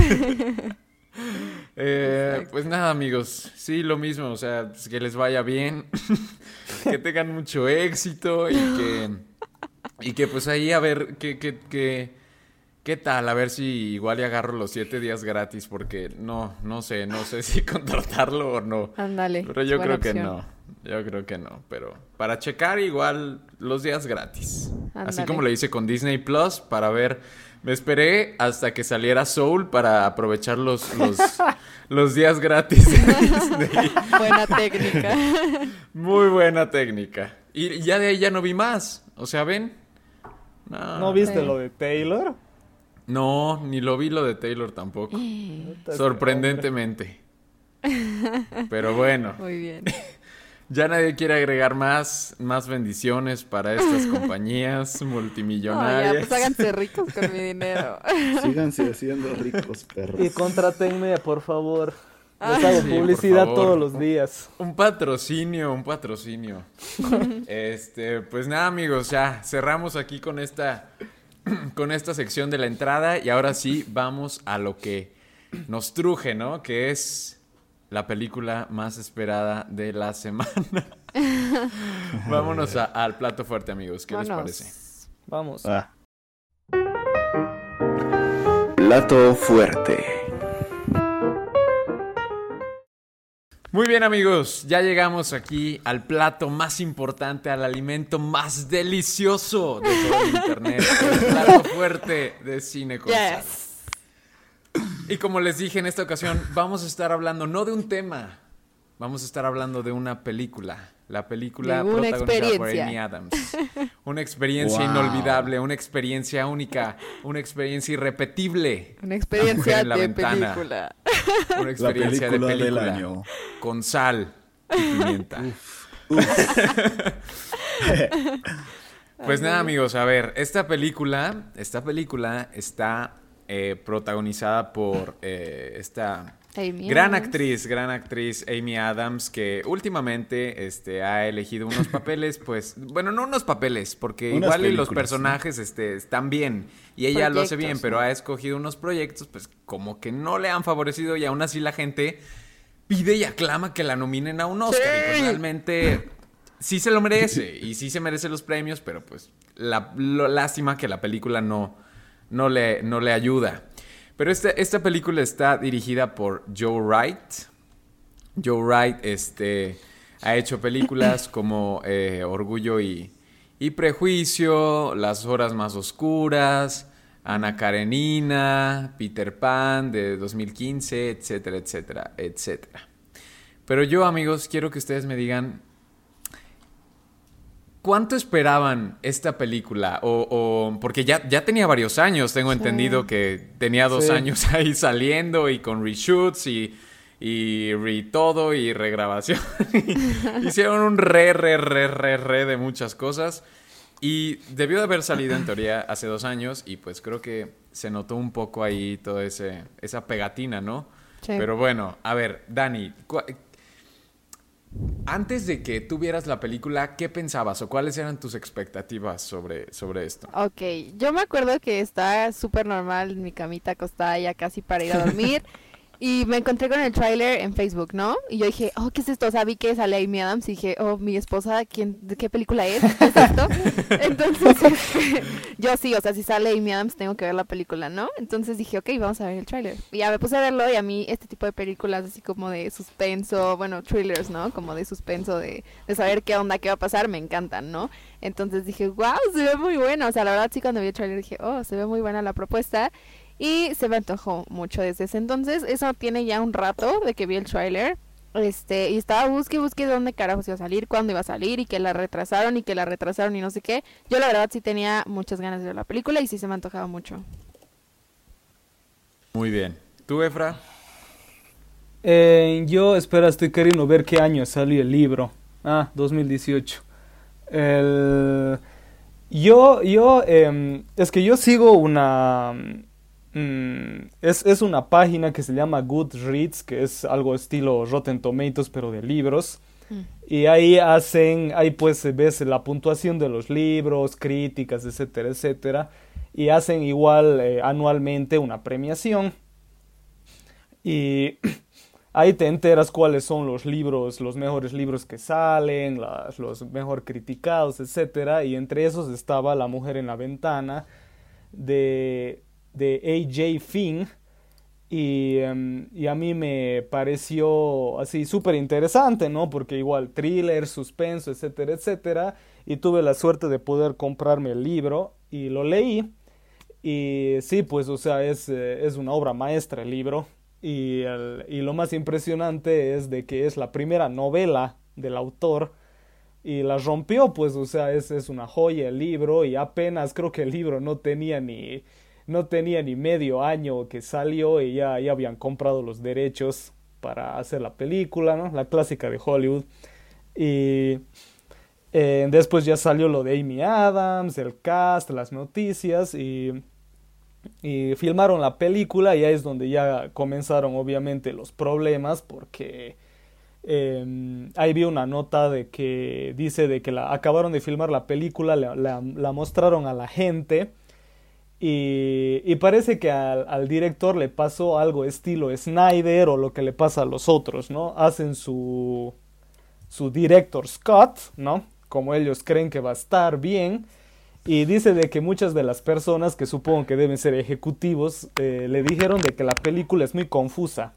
S2: Eh, pues nada, amigos. Sí, lo mismo. O sea, pues que les vaya bien. Que tengan mucho éxito. Y que. Y que pues ahí a ver qué, qué, qué, qué tal. A ver si igual y agarro los siete días gratis. Porque no, no sé, no sé si contratarlo o no.
S1: Ándale.
S2: Pero yo
S1: buena
S2: creo que
S1: opción.
S2: no. Yo creo que no. Pero para checar igual los días gratis. Así
S1: Ándale.
S2: como lo hice con Disney Plus para ver. Me esperé hasta que saliera Soul para aprovechar los, los, los días gratis de Disney.
S1: Buena técnica.
S2: Muy buena técnica. Y ya de ahí ya no vi más. O sea, ¿ven? No,
S4: ¿No viste
S1: Sí.
S4: lo de Taylor?
S2: no, ni lo vi lo de Taylor tampoco.
S4: Este
S2: Sorprendentemente. Pero bueno.
S1: Muy bien.
S2: Ya nadie quiere agregar más, más bendiciones para estas compañías
S1: No, ya,
S2: multimillonarias.
S1: pues háganse ricos con mi dinero.
S3: Síganse haciendo ricos, perros.
S4: hombre. Y contrátenme, por favor.
S1: Ah.
S4: Les hago
S2: Sí, por
S4: publicidad
S2: favor.
S4: todos los días.
S2: Un patrocinio, un patrocinio. Este, pues nada, amigos, ya cerramos aquí con esta, con esta sección de la entrada y ahora sí vamos a lo que nos truje, ¿no? Que es la película más esperada de la semana. Vámonos a- al plato fuerte, amigos. ¿Qué
S1: Vámonos.
S2: les parece?
S4: Vamos.
S3: Ah. Plato fuerte.
S2: Muy bien, amigos, ya llegamos aquí al plato más importante, al alimento más delicioso de todo el internet, el plato fuerte de Cine con Sal.
S1: Yes.
S2: Y como les dije en esta ocasión, vamos a estar hablando no de un tema, vamos a estar hablando de una película, la película
S1: De una
S2: protagonizada por
S1: experiencia.
S2: Amy Adams. Una experiencia
S3: Wow.
S2: inolvidable, una experiencia única, una experiencia irrepetible.
S1: Una
S2: La
S1: experiencia
S2: mujer en la
S1: de
S2: ventana.
S1: película.
S2: Una
S3: La
S2: experiencia
S3: película,
S2: de
S3: del
S2: película
S3: año.
S2: con sal y pimienta. Pues nada, amigos, a ver, esta película, esta película está eh, protagonizada por eh, esta
S1: Amy
S2: gran
S1: Adams.
S2: actriz, gran actriz Amy Adams, que últimamente este, ha elegido unos papeles, pues, bueno, no unos papeles, porque
S3: Unas
S2: igual y los
S3: películas,
S2: personajes este, están bien y ella lo hace bien,
S1: Proyectos,
S2: pero
S1: ¿no?
S2: ha escogido unos proyectos, pues, como que no le han favorecido y aún así la gente pide y aclama que la nominen a un Oscar y pues realmente sí se lo merece y sí se merece los premios, pero pues la lo, lástima que la película no, no, le, no le ayuda. Pero esta, esta película está dirigida por Joe Wright. Joe Wright este, ha hecho películas como eh, Orgullo y, y Prejuicio, Las Horas Más Oscuras, Ana Karenina, Peter Pan de dos mil quince, etcétera, etcétera, etcétera. Pero yo, amigos, quiero que ustedes me digan ¿cuánto esperaban esta película? O, o porque ya, ya tenía varios años, tengo
S1: Sí.
S2: entendido que tenía dos
S4: Sí.
S2: años ahí saliendo y con reshoots y, y re todo y regrabación. Hicieron un re, re, re, re, re de muchas cosas. Y debió de haber salido en teoría hace dos años y pues creo que se notó un poco ahí toda ese, esa pegatina, ¿no?
S1: Sí.
S2: Pero bueno, a ver, Dani, cu- antes de que tú vieras la película, ¿qué pensabas o cuáles eran tus expectativas sobre, sobre esto?
S1: Ok, yo me acuerdo que estaba súper normal en mi camita acostada ya casi para ir a dormir y me encontré con el tráiler en Facebook, ¿no? Y yo dije, oh, ¿qué es esto? O sea, vi que sale Amy Adams y dije, oh, mi esposa, ¿quién, ¿de qué película es? ¿Qué es esto? Entonces, este, yo sí, o sea, si sale Amy Adams tengo que ver la película, ¿no? Entonces dije, ok, vamos a ver el tráiler. Y ya me puse a verlo y a mí este tipo de películas así como de suspenso, bueno, thrillers, ¿no? Como de suspenso, de, de saber qué onda, qué va a pasar, me encantan, ¿no? Entonces dije, wow, se ve muy buena. O sea, la verdad sí cuando vi el tráiler dije, oh, se ve muy buena la propuesta. Y se me antojó mucho desde ese entonces. Eso tiene ya un rato de que vi el tráiler. Este, y estaba busque, busque dónde carajos iba a salir, cuándo iba a salir, y que la retrasaron, y que la retrasaron, y no sé qué. Yo la verdad sí tenía muchas ganas de ver la película y sí se me antojaba mucho.
S2: Muy bien. ¿Tú, Efra?
S4: Eh, yo, espera, estoy queriendo ver qué año salió el libro. Ah, dos mil dieciocho. El... Yo, yo, em, es que yo sigo una... mm, es, es una página que se llama Goodreads, que es algo estilo Rotten Tomatoes, pero de libros.
S1: Mm.
S4: Y ahí hacen, ahí pues ves la puntuación de los libros, críticas, etcétera, etcétera. Y hacen igual eh, anualmente una premiación. Y ahí te enteras cuáles son los libros, los mejores libros que salen, las, los mejor criticados, etcétera. Y entre esos estaba La Mujer en la Ventana de, de A J Finn. Y, em, y a mí me pareció así súper interesante, ¿no? Porque igual thriller, suspenso, etcétera, etcétera. Y tuve la suerte de poder comprarme el libro y lo leí. Y sí, pues, o sea, es, eh, es una obra maestra el libro. Y, el- y lo más impresionante es de que es la primera novela del autor y la rompió, pues, o sea, es, es una joya el libro y apenas creo que el libro no tenía ni, no tenía ni medio año que salió y ya, ya habían comprado los derechos para hacer la película, ¿no? La clásica de Hollywood. Y eh, después ya salió lo de Amy Adams, el cast, las noticias y... Y filmaron la película y ahí es donde ya comenzaron obviamente los problemas porque eh, ahí vi una nota de que dice de que la, acabaron de filmar la película, la, la, la mostraron a la gente y, y parece que al, al director le pasó algo estilo Snyder o lo que le pasa a los otros, ¿no? Hacen su, su director's cut, ¿no? Como ellos creen que va a estar bien. Y dice de que muchas de las personas, que supongo que deben ser ejecutivos, eh, le dijeron de que la película es muy confusa.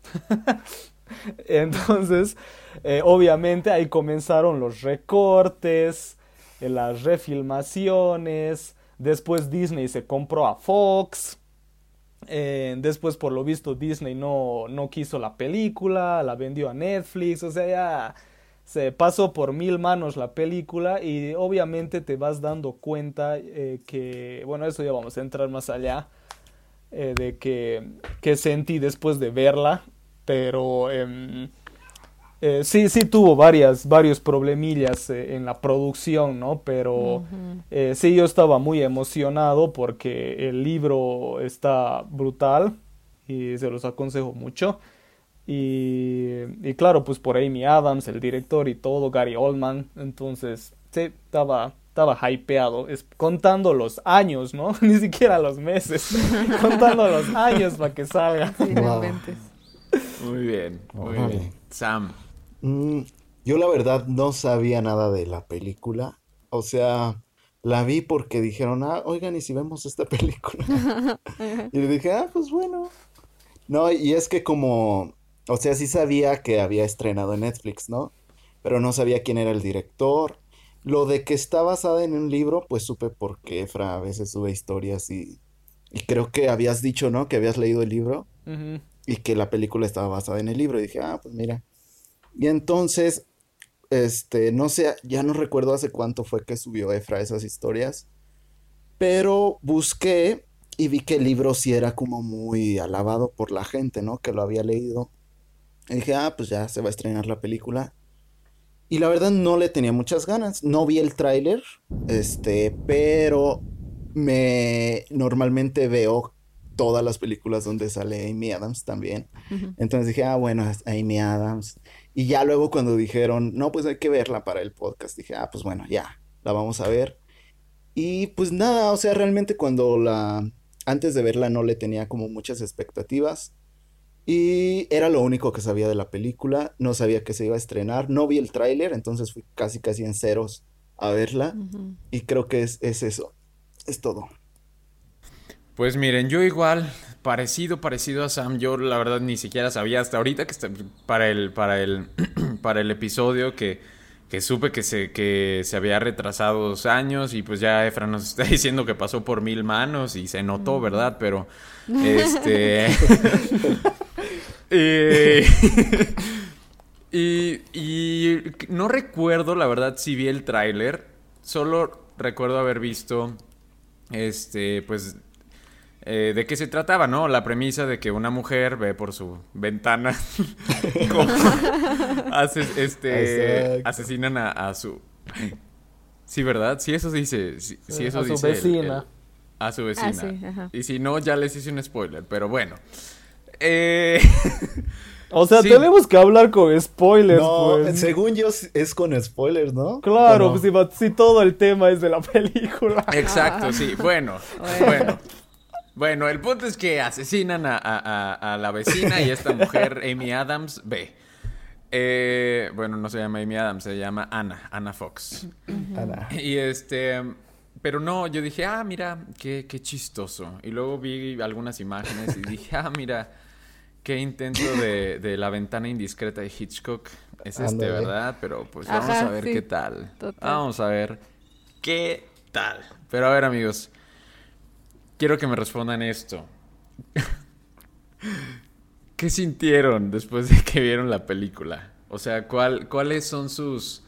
S4: Entonces, eh, obviamente ahí comenzaron los recortes, eh, las refilmaciones. Después Disney se compró a Fox. Eh, después, por lo visto, Disney no, no quiso la película, la vendió a Netflix. O sea, ya se pasó por mil manos la película y obviamente te vas dando cuenta eh, que, bueno, eso ya vamos a entrar más allá, eh, de que, que sentí después de verla, pero eh, Eh, sí, sí tuvo varias, varios problemillas eh, en la producción, ¿no? Pero
S1: Ujú.
S4: eh, sí, yo estaba muy emocionado porque el libro está brutal y se los aconsejo mucho. Y, y claro, pues por Amy Adams, el director y todo, Gary Oldman. Entonces, sí, estaba, estaba hypeado, es, contando los años, ¿no? Ni siquiera los meses, contando los años para que salga.
S1: Sí, no
S3: Wow.
S1: inventes.
S2: Muy bien, muy
S3: Órale.
S2: bien. Sam.
S3: Mm, yo la verdad no sabía nada de la película. O sea, la vi porque dijeron, ah, oigan, ¿y si vemos esta película? Y le dije, ah, pues bueno. No, y es que como, o sea, sí sabía que había estrenado en Netflix, ¿no? Pero no sabía quién era el director. Lo de que está basada en un libro, pues supe porque Efra a veces sube historias y, y creo que habías dicho, ¿no? Que habías leído el libro
S4: Ujú.
S3: y que la película estaba basada en el libro. Y dije, ah, pues mira. Y entonces, este, no sé, ya no recuerdo hace cuánto fue que subió Efra esas historias, pero busqué y vi que el libro sí era como muy alabado por la gente, ¿no? Que lo había leído. Y dije, ah, pues ya se va a estrenar la película. Y la verdad no le tenía muchas ganas. No vi el tráiler, este, pero me normalmente veo todas las películas donde sale Amy Adams también.
S1: Ujú.
S3: Entonces dije, ah, bueno, es Amy Adams. Y ya luego cuando dijeron, no, pues hay que verla para el podcast, dije, ah, pues bueno, ya, la vamos a ver. Y pues nada, o sea, realmente cuando la, antes de verla no le tenía como muchas expectativas. Y era lo único que sabía de la película, no sabía que se iba a estrenar, no vi el tráiler, entonces fui casi casi en ceros a verla.
S1: Ujú.
S3: Y creo que es, es eso, es todo.
S2: Pues miren, yo igual, parecido, parecido a Sam, yo la verdad ni siquiera sabía hasta ahorita que está, para el, para el, para el episodio que, que supe que se, que se había retrasado dos años y pues ya Efra nos está diciendo que pasó por mil manos y se notó, ¿verdad? Pero, este... eh, y, y no recuerdo, la verdad, si vi el tráiler, solo recuerdo haber visto, este, pues... Eh, ¿de qué se trataba, no? La premisa de que una mujer ve por su ventana cómo haces, este,
S3: Exacto.
S2: asesinan a, a su... Sí, ¿verdad? Sí, eso dice. Sí, sí, eso
S4: A su
S2: dice el-
S4: vecina.
S2: el- a su vecina.
S1: Ah, sí, ajá.
S2: Y si no, ya les hice un spoiler, pero bueno. Eh...
S4: O sea,
S2: Sí.
S4: tenemos que hablar con spoilers,
S3: No,
S4: pues.
S3: según yo s- es con spoilers, ¿no?
S4: Claro,
S3: ¿O no?
S4: pues si, va- si todo el tema es de la película.
S2: Exacto, sí. Bueno,
S1: Bueno.
S2: bueno. Bueno, el punto es que asesinan a, a- a- a la vecina y esta mujer, Amy Adams, ve. Eh, bueno, no se llama Amy Adams, se llama Anna, Anna Fox.
S3: Ana.
S2: Y este, pero no, yo dije, ah, mira, qué, qué chistoso. Y luego vi algunas imágenes y dije, ah, mira, qué intento de, de la ventana indiscreta de Hitchcock. Es este,
S3: Ándale.
S2: ¿verdad? Pero pues vamos
S1: Ajá,
S2: a ver
S1: sí.
S2: qué tal.
S1: Total.
S2: Vamos a ver qué tal. Pero a ver, amigos, quiero que me respondan esto. ¿Qué sintieron después de que vieron la película? O sea, ¿cuál, ¿cuáles son sus,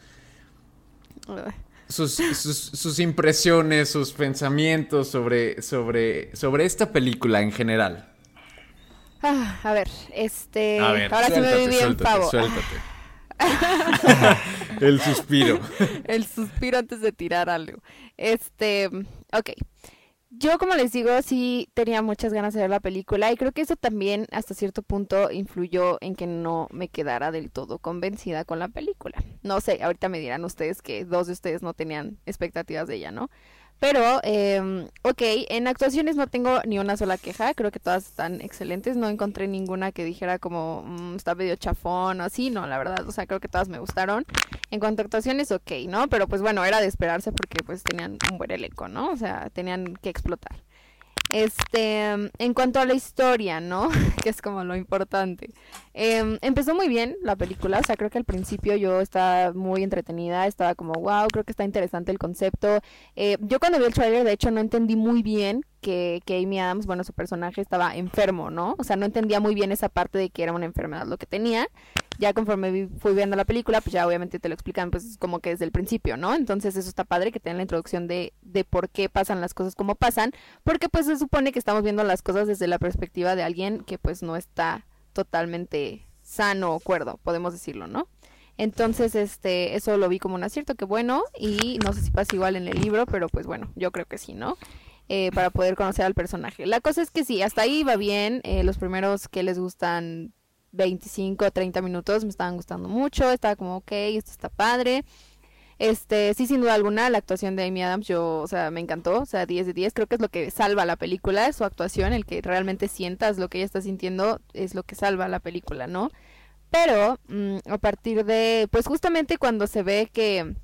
S2: sus, sus, sus impresiones, sus pensamientos sobre, sobre, sobre esta película en general?
S1: Ah, a ver, este...
S2: A ver,
S1: ahora sí me vi
S2: suéltate,
S1: bien
S2: suéltate,
S1: pavo.
S2: suéltate. El suspiro.
S1: El suspiro antes de tirar algo. Este, ok. Yo, como les digo, sí tenía muchas ganas de ver la película y creo que eso también hasta cierto punto influyó en que no me quedara del todo convencida con la película. No sé, ahorita me dirán ustedes que dos de ustedes no tenían expectativas de ella, ¿no? Pero, eh, ok, en actuaciones no tengo ni una sola queja, creo que todas están excelentes, no encontré ninguna que dijera como "Mm, está medio chafón o así, no, la verdad, o sea, creo que todas me gustaron. En cuanto a actuaciones, ok, ¿no? Pero pues bueno, era de esperarse porque pues tenían un buen elenco, ¿no? O sea, tenían que explotar. Este, en cuanto a la historia, ¿no? Que es como lo importante. Eh, empezó muy bien la película, o sea, creo que al principio yo estaba muy entretenida, estaba como, wow, creo que está interesante el concepto. Eh, yo cuando vi el trailer, de hecho, no entendí muy bien que, que Amy Adams, bueno, su personaje estaba enfermo, ¿no? O sea, no entendía muy bien esa parte de que era una enfermedad lo que tenía. Ya conforme vi- fui viendo la película, pues ya obviamente te lo explican pues como que desde el principio, ¿no? Entonces eso está padre que tengan la introducción de, de por qué pasan las cosas como pasan, porque pues se supone que estamos viendo las cosas desde la perspectiva de alguien que pues no está totalmente sano, cuerdo, podemos decirlo, ¿no? Entonces, este, eso lo vi como un acierto, que bueno, y no sé si pasa igual en el libro, pero pues bueno, yo creo que sí, ¿no? Eh, para poder conocer al personaje. La cosa es que sí, hasta ahí va bien, eh, los primeros que les gustan veinticinco o treinta minutos me estaban gustando mucho, estaba como, ok, esto está padre. Este, sí, sin duda alguna, la actuación de Amy Adams, yo, o sea, me encantó, o sea, diez de diez, creo que es lo que salva la película, su actuación, el que realmente sientas lo que ella está sintiendo, es lo que salva la película, ¿no? Pero mmm, a partir de, pues justamente cuando se ve que,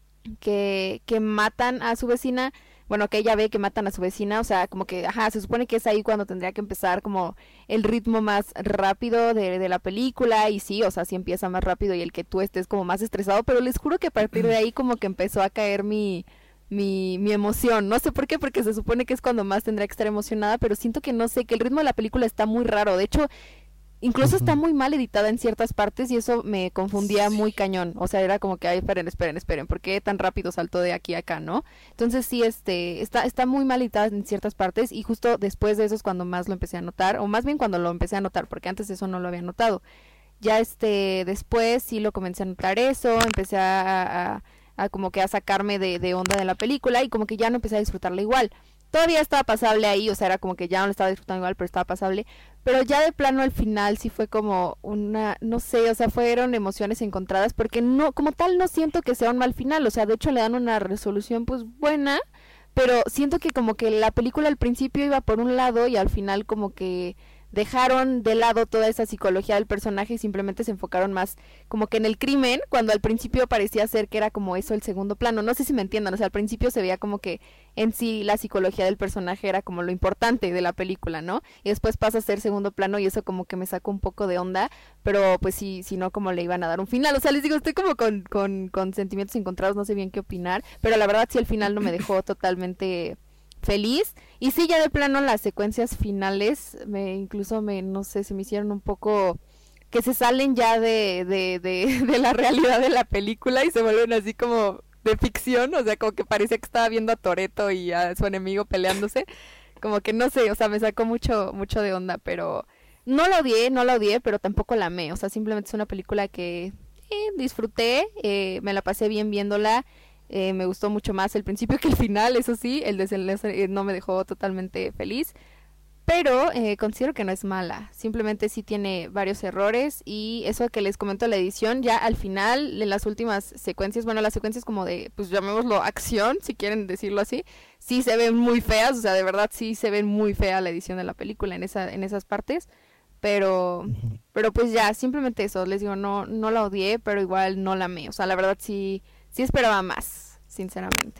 S1: que, que matan a su vecina, bueno, que ella ve que matan a su vecina, o sea, como que, ajá, se supone que es ahí cuando tendría que empezar como el ritmo más rápido de, de la película, y sí, o sea, sí empieza más rápido y el que tú estés como más estresado, pero les juro que a partir de ahí como que empezó a caer mi... Mi, mi emoción, no sé por qué, porque se supone que es cuando más tendría que estar emocionada, pero siento que no sé, que el ritmo de la película está muy raro, de hecho, incluso está muy mal editada en ciertas partes y eso me confundía muy cañón. O sea, era como que, ay, esperen, esperen, esperen, ¿por qué tan rápido saltó de aquí a acá, no? Entonces sí, este, está, está muy mal editada en ciertas partes y justo después de eso es cuando más lo empecé a notar, o más bien cuando lo empecé a notar, porque antes eso no lo había notado. Ya este, después sí lo comencé a notar eso, empecé a, a, a como que a sacarme de, de onda de la película y como que ya no empecé a disfrutarla igual. Todavía estaba pasable ahí, o sea, era como que ya no lo estaba disfrutando igual, pero estaba pasable. Pero ya de plano al final sí fue como una, no sé, o sea, fueron emociones encontradas, porque no, como tal no siento que sea un mal final, o sea, de hecho le dan una resolución pues buena, pero siento que como que la película al principio iba por un lado y al final como que dejaron de lado toda esa psicología del personaje y simplemente se enfocaron más como que en el crimen, cuando al principio parecía ser que era como eso el segundo plano. No sé si me entiendan, o sea, al principio se veía como que en sí la psicología del personaje era como lo importante de la película, ¿no? Y después pasa a ser segundo plano y eso como que me sacó un poco de onda, pero pues sí, si no, como le iban a dar un final. O sea, les digo, estoy como con, con, con sentimientos encontrados, no sé bien qué opinar, pero la verdad sí el final no me dejó totalmente feliz. Y sí, ya de plano las secuencias finales me incluso me no sé, se me hicieron un poco que se salen ya de, de, de, de la realidad de la película y se vuelven así como de ficción, o sea, como que parecía que estaba viendo a Toretto y a su enemigo peleándose, como que no sé, o sea, me sacó mucho mucho de onda, pero no la odié, no la odié, pero tampoco la amé, o sea, simplemente es una película que eh, disfruté, eh, me la pasé bien viéndola. Eh, me gustó mucho más el principio que el final, eso sí, el desenlace eh, no me dejó totalmente feliz, pero eh, considero que no es mala, simplemente sí tiene varios errores y eso que les comento la edición, ya al final, en las últimas secuencias, bueno, las secuencias como de, pues llamémoslo acción, si quieren decirlo así, sí se ven muy feas, o sea, de verdad sí se ven muy fea la edición de la película en esa, en esas partes, pero, pero pues ya, simplemente eso, les digo, no, no la odié, pero igual no la amé, o sea, la verdad sí... Sí esperaba más, sinceramente.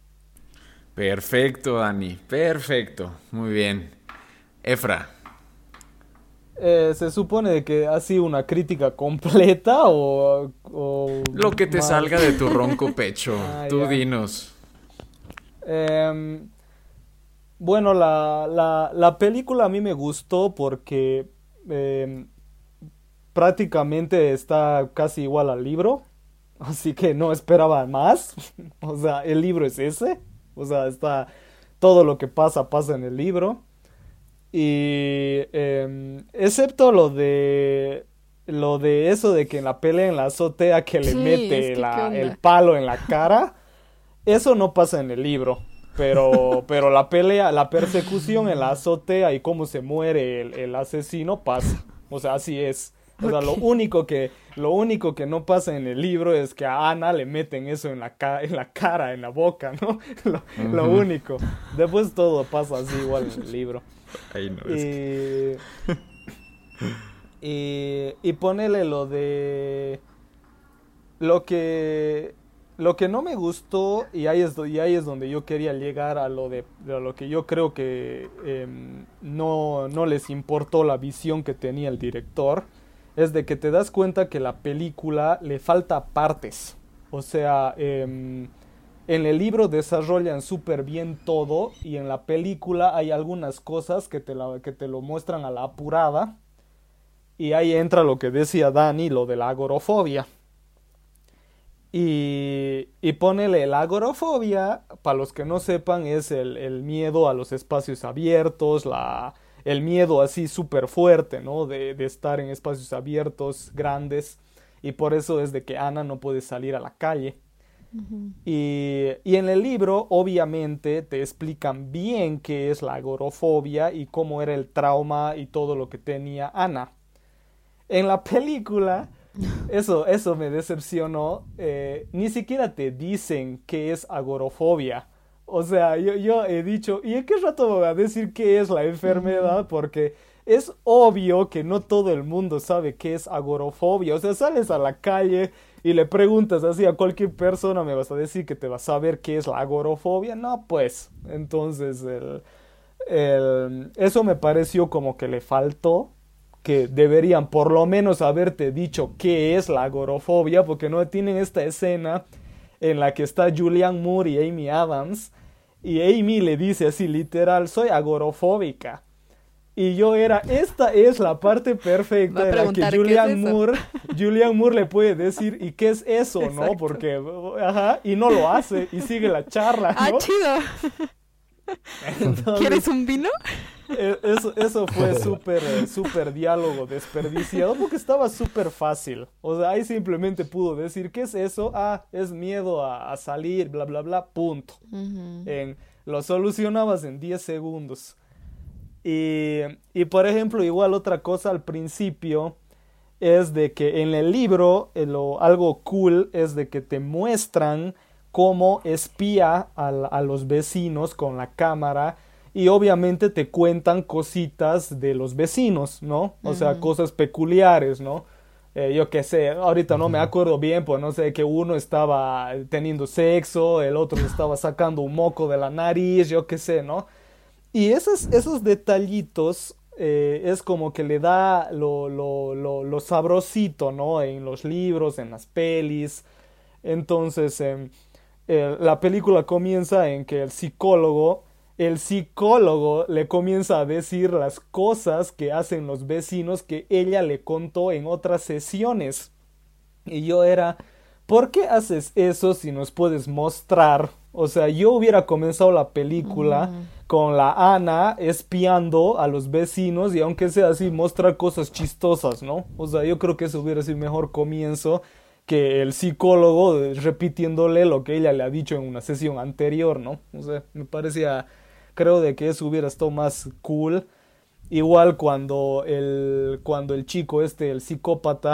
S2: Perfecto, Dani. Perfecto. Muy bien. Efra.
S4: Eh, ¿se supone que ha sido una crítica completa o...? o
S2: Lo que te
S4: más?
S2: salga de tu ronco pecho.
S4: Ah,
S2: Tú
S4: ya.
S2: dinos.
S4: Eh, bueno, la, la, la película a mí me gustó porque eh, prácticamente está casi igual al libro. Así que no esperaba más. O sea, el libro es ese. O sea, está... Todo lo que pasa, pasa en el libro. Y... Eh, excepto lo de... Lo de eso de que en la pelea en la azotea que le
S1: Sí,
S4: mete
S1: es que, ¿qué
S4: la,
S1: onda?
S4: el palo en la cara. Eso no pasa en el libro. Pero, pero la pelea, la persecución en la azotea y cómo se muere el, el asesino pasa. O sea, así es. O sea, lo
S1: Ok.
S4: único que, lo único que no pasa en el libro es que a Ana le meten eso en la, ca- en la cara, en la boca, ¿no? Lo, lo
S2: Ujú.
S4: único. Después todo pasa así igual en el libro.
S2: Ay, no, es que-
S4: Y, y, y ponele lo de... Lo que... Lo que no me gustó, y ahí es, do- y ahí es donde yo quería llegar a lo de, a lo que yo creo que em, no, no les importó la visión que tenía el director, es de que te das cuenta que la película le falta partes. O sea, em, en el libro desarrollan súper bien todo y en la película hay algunas cosas que te, la- que te lo muestran a la apurada. Y ahí entra lo que decía Dani, lo de la agorofobia. Y, y ponele la agorafobia, para los que no sepan, es el, el miedo a los espacios abiertos, la, el miedo así súper fuerte, ¿no? De, de estar en espacios abiertos, grandes, y por eso es de que Ana no puede salir a la calle. Uh-huh. Y, y en el libro, obviamente, te explican bien qué es la agorafobia y cómo era el trauma y todo lo que tenía Ana. En la película, eso, eso me decepcionó, eh, ni siquiera te dicen qué es agorafobia. O sea, yo, yo he dicho, ¿y en qué rato voy a decir qué es la enfermedad? Porque es obvio que no todo el mundo sabe qué es agorafobia. O sea, sales a la calle y le preguntas así a cualquier persona, ¿me vas a decir que te vas a saber qué es la agorafobia? No, pues. Entonces, el, el, eso me pareció como que le faltó, que deberían por lo menos haberte dicho qué es la agorafobia, porque no tienen esta escena en la que está Julianne Moore y Amy Adams, y Amy le dice así literal, soy agorafóbica. Y yo era, esta es la parte perfecta en la que Julianne Moore, Julianne Moore le puede decir, ¿y qué es eso? Exacto. ¿No? Porque, ajá, y no lo hace, y sigue la charla, ¿no?
S1: ¡Ah, chido! Entonces, ¿quieres un vino?
S4: Eso, eso fue súper, súper diálogo desperdiciado, porque estaba súper fácil. O sea, ahí simplemente pudo decir, ¿qué es eso? Ah, es miedo a, a salir, bla, bla, bla, punto. Uh-huh. En, lo solucionabas en diez segundos. Y, y, por ejemplo, igual otra cosa al principio es de que en el libro, eh, lo, algo cool es de que te muestran cómo espía a, a los vecinos con la cámara. Y obviamente te cuentan cositas de los vecinos, ¿no? O uh-huh. sea, cosas peculiares, ¿no? Eh, yo qué sé, ahorita no me acuerdo bien, pues no sé, que uno estaba teniendo sexo, el otro estaba sacando un moco de la nariz, yo qué sé, ¿no? Y esos, esos detallitos eh, es como que le da lo, lo, lo, lo sabrosito, ¿no? En los libros, en las pelis. Entonces, eh, eh, la película comienza en que el psicólogo... El psicólogo le comienza a decir las cosas que hacen los vecinos que ella le contó en otras sesiones. Y yo era, ¿por qué haces eso si nos puedes mostrar? O sea, yo hubiera comenzado la película uh-huh. con la Ana espiando a los vecinos y aunque sea así, mostrar cosas chistosas, ¿no? O sea, yo creo que eso hubiera sido mejor comienzo que el psicólogo repitiéndole lo que ella le ha dicho en una sesión anterior, ¿no? O sea, me parecía... Creo de que eso hubiera estado más cool. Igual cuando el, cuando el chico este, el psicópata,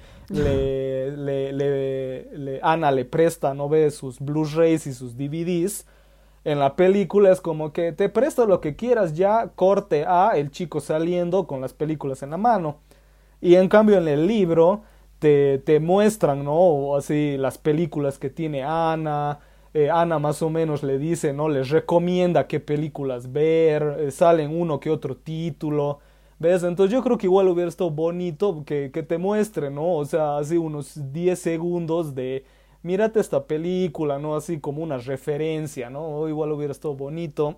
S4: le, le, le, le, Ana le presta, ¿no? Ve sus Blu-rays y sus D V Ds. En la película es como que te presto lo que quieras ya, corte a el chico saliendo con las películas en la mano. Y en cambio en el libro te, te muestran, ¿no? Así las películas que tiene Ana... Eh, Ana más o menos le dice, ¿no? Les recomienda qué películas ver, eh, salen uno que otro título, ¿ves? Entonces yo creo que igual hubiera estado bonito que, que te muestre, ¿no? O sea, así unos diez segundos de, mírate esta película, ¿no? Así como una referencia, ¿no? O igual hubiera estado bonito.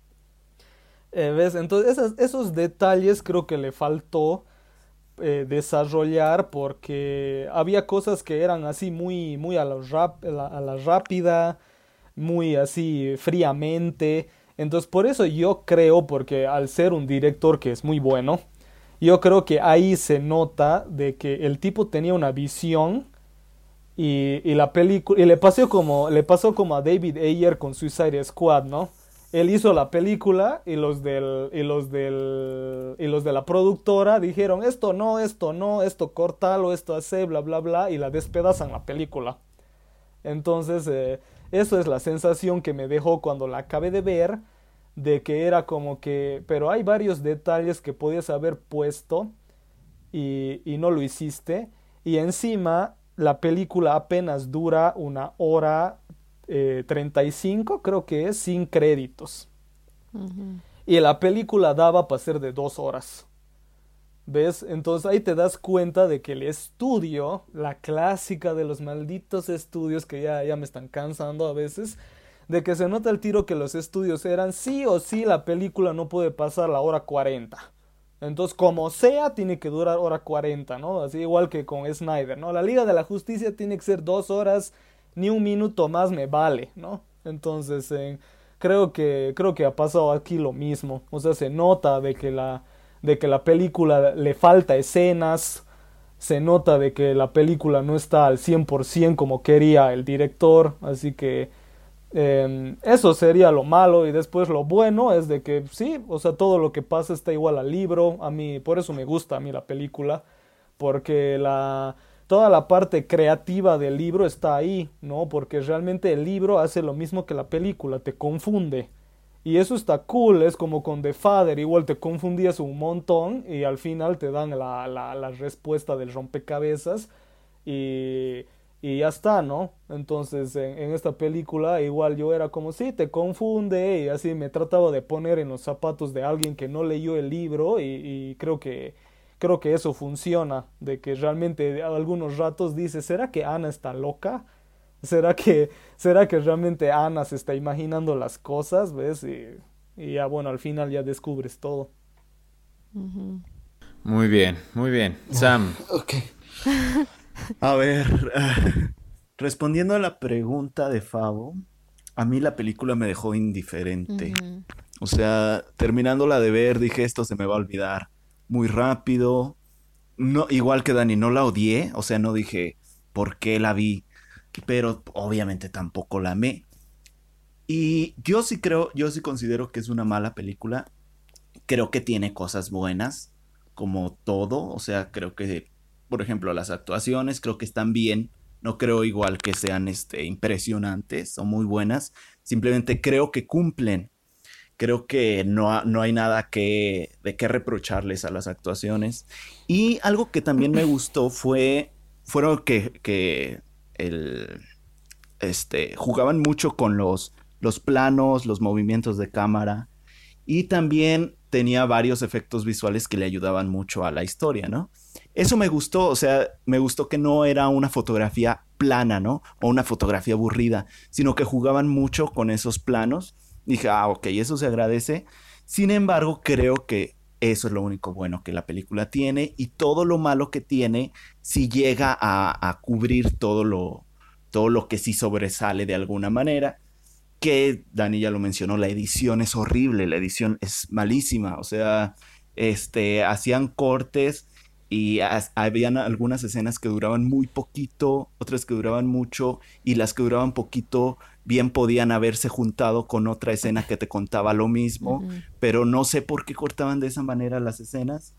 S4: Eh, ¿ves? Entonces esos, esos detalles creo que le faltó eh, desarrollar porque había cosas que eran así muy, muy a la, rap, a la, a la rápida, muy así fríamente. Entonces por eso yo creo, porque al ser un director que es muy bueno, yo creo que ahí se nota de que el tipo tenía una visión y, y la película, y le pasó como, le pasó como a David Ayer con Suicide Squad, ¿no? Él hizo la película y los del y los del y los de la productora dijeron esto no, esto no, esto cortalo, esto hace, bla bla bla, y la despedazan la película. Entonces eh, eso es la sensación que me dejó cuando la acabé de ver, de que era como que, pero hay varios detalles que podías haber puesto y, y no lo hiciste, y encima la película apenas dura una hora Eh, treinta y cinco, creo que es, sin créditos. Uh-huh. Y la película daba para ser de dos horas. ¿Ves? Entonces ahí te das cuenta de que el estudio, la clásica de los malditos estudios que ya, ya me están cansando a veces, de que se nota el tiro que los estudios eran sí o sí la película no puede pasar la hora cuarenta. Entonces, como sea, tiene que durar hora cuarenta, ¿no? Así igual que con Snyder, ¿no? La Liga de la Justicia tiene que ser dos horas, ni un minuto más me vale, ¿no? Entonces, eh, creo que, creo que ha pasado aquí lo mismo. O sea, se nota de que la, de que la película le falta escenas, se nota de que la película no está al cien por ciento como quería el director, así que eh, eso sería lo malo. Y después lo bueno es de que sí, o sea, todo lo que pasa está igual al libro. A mí, por eso me gusta a mí la película, porque la, toda la parte creativa del libro está ahí, ¿no? Porque realmente el libro hace lo mismo que la película, te confunde. Y eso está cool, es como con The Father, igual te confundías un montón y al final te dan la, la, la respuesta del rompecabezas y, y ya está, ¿no? Entonces en, en esta película igual yo era como, sí, te confunde y así me trataba de poner en los zapatos de alguien que no leyó el libro y, y creo que, creo que eso funciona, de que realmente a algunos ratos dices, ¿será que Ana está loca? ¿Será que, será que realmente Ana se está imaginando las cosas, ves? Y, y ya, bueno, al final ya descubres todo.
S1: Ujú.
S2: Muy bien, muy bien. Sam,
S3: Ok. A ver, ah, respondiendo a la pregunta de Fabo, a mí la película me dejó indiferente.
S1: Ujú.
S3: O sea, terminándola de ver, dije, esto se me va a olvidar muy rápido. No, igual que Dani, no la odié. O sea, no dije, ¿por qué la vi? Pero obviamente tampoco la amé. Y yo sí creo, yo sí considero que es una mala película. Creo que tiene cosas buenas, como todo. O sea, creo que, por ejemplo, las actuaciones creo que están bien. No creo igual que sean este, impresionantes, son muy buenas. Simplemente creo que cumplen. Creo que no, ha- no hay nada que, de qué reprocharles a las actuaciones. Y algo que también me gustó fue, fueron que, que el, este, jugaban mucho con los, los planos, los movimientos de cámara. Y también tenía varios efectos visuales que le ayudaban mucho a la historia, ¿no? Eso me gustó, o sea, me gustó que no era una fotografía plana, ¿no? O una fotografía aburrida, sino que jugaban mucho con esos planos. Dije, ah, ok, eso se agradece. Sin embargo, creo que eso es lo único bueno que la película tiene y todo lo malo que tiene si llega a, a cubrir todo lo, todo lo que sí sobresale de alguna manera. Que Dani ya lo mencionó, la edición es horrible, la edición es malísima, o sea, este, hacían cortes y as- habían algunas escenas que duraban muy poquito, otras que duraban mucho, y las que duraban poquito bien podían haberse juntado con otra escena que te contaba lo mismo,
S1: Ujú.
S3: pero no sé por qué cortaban de esa manera las escenas.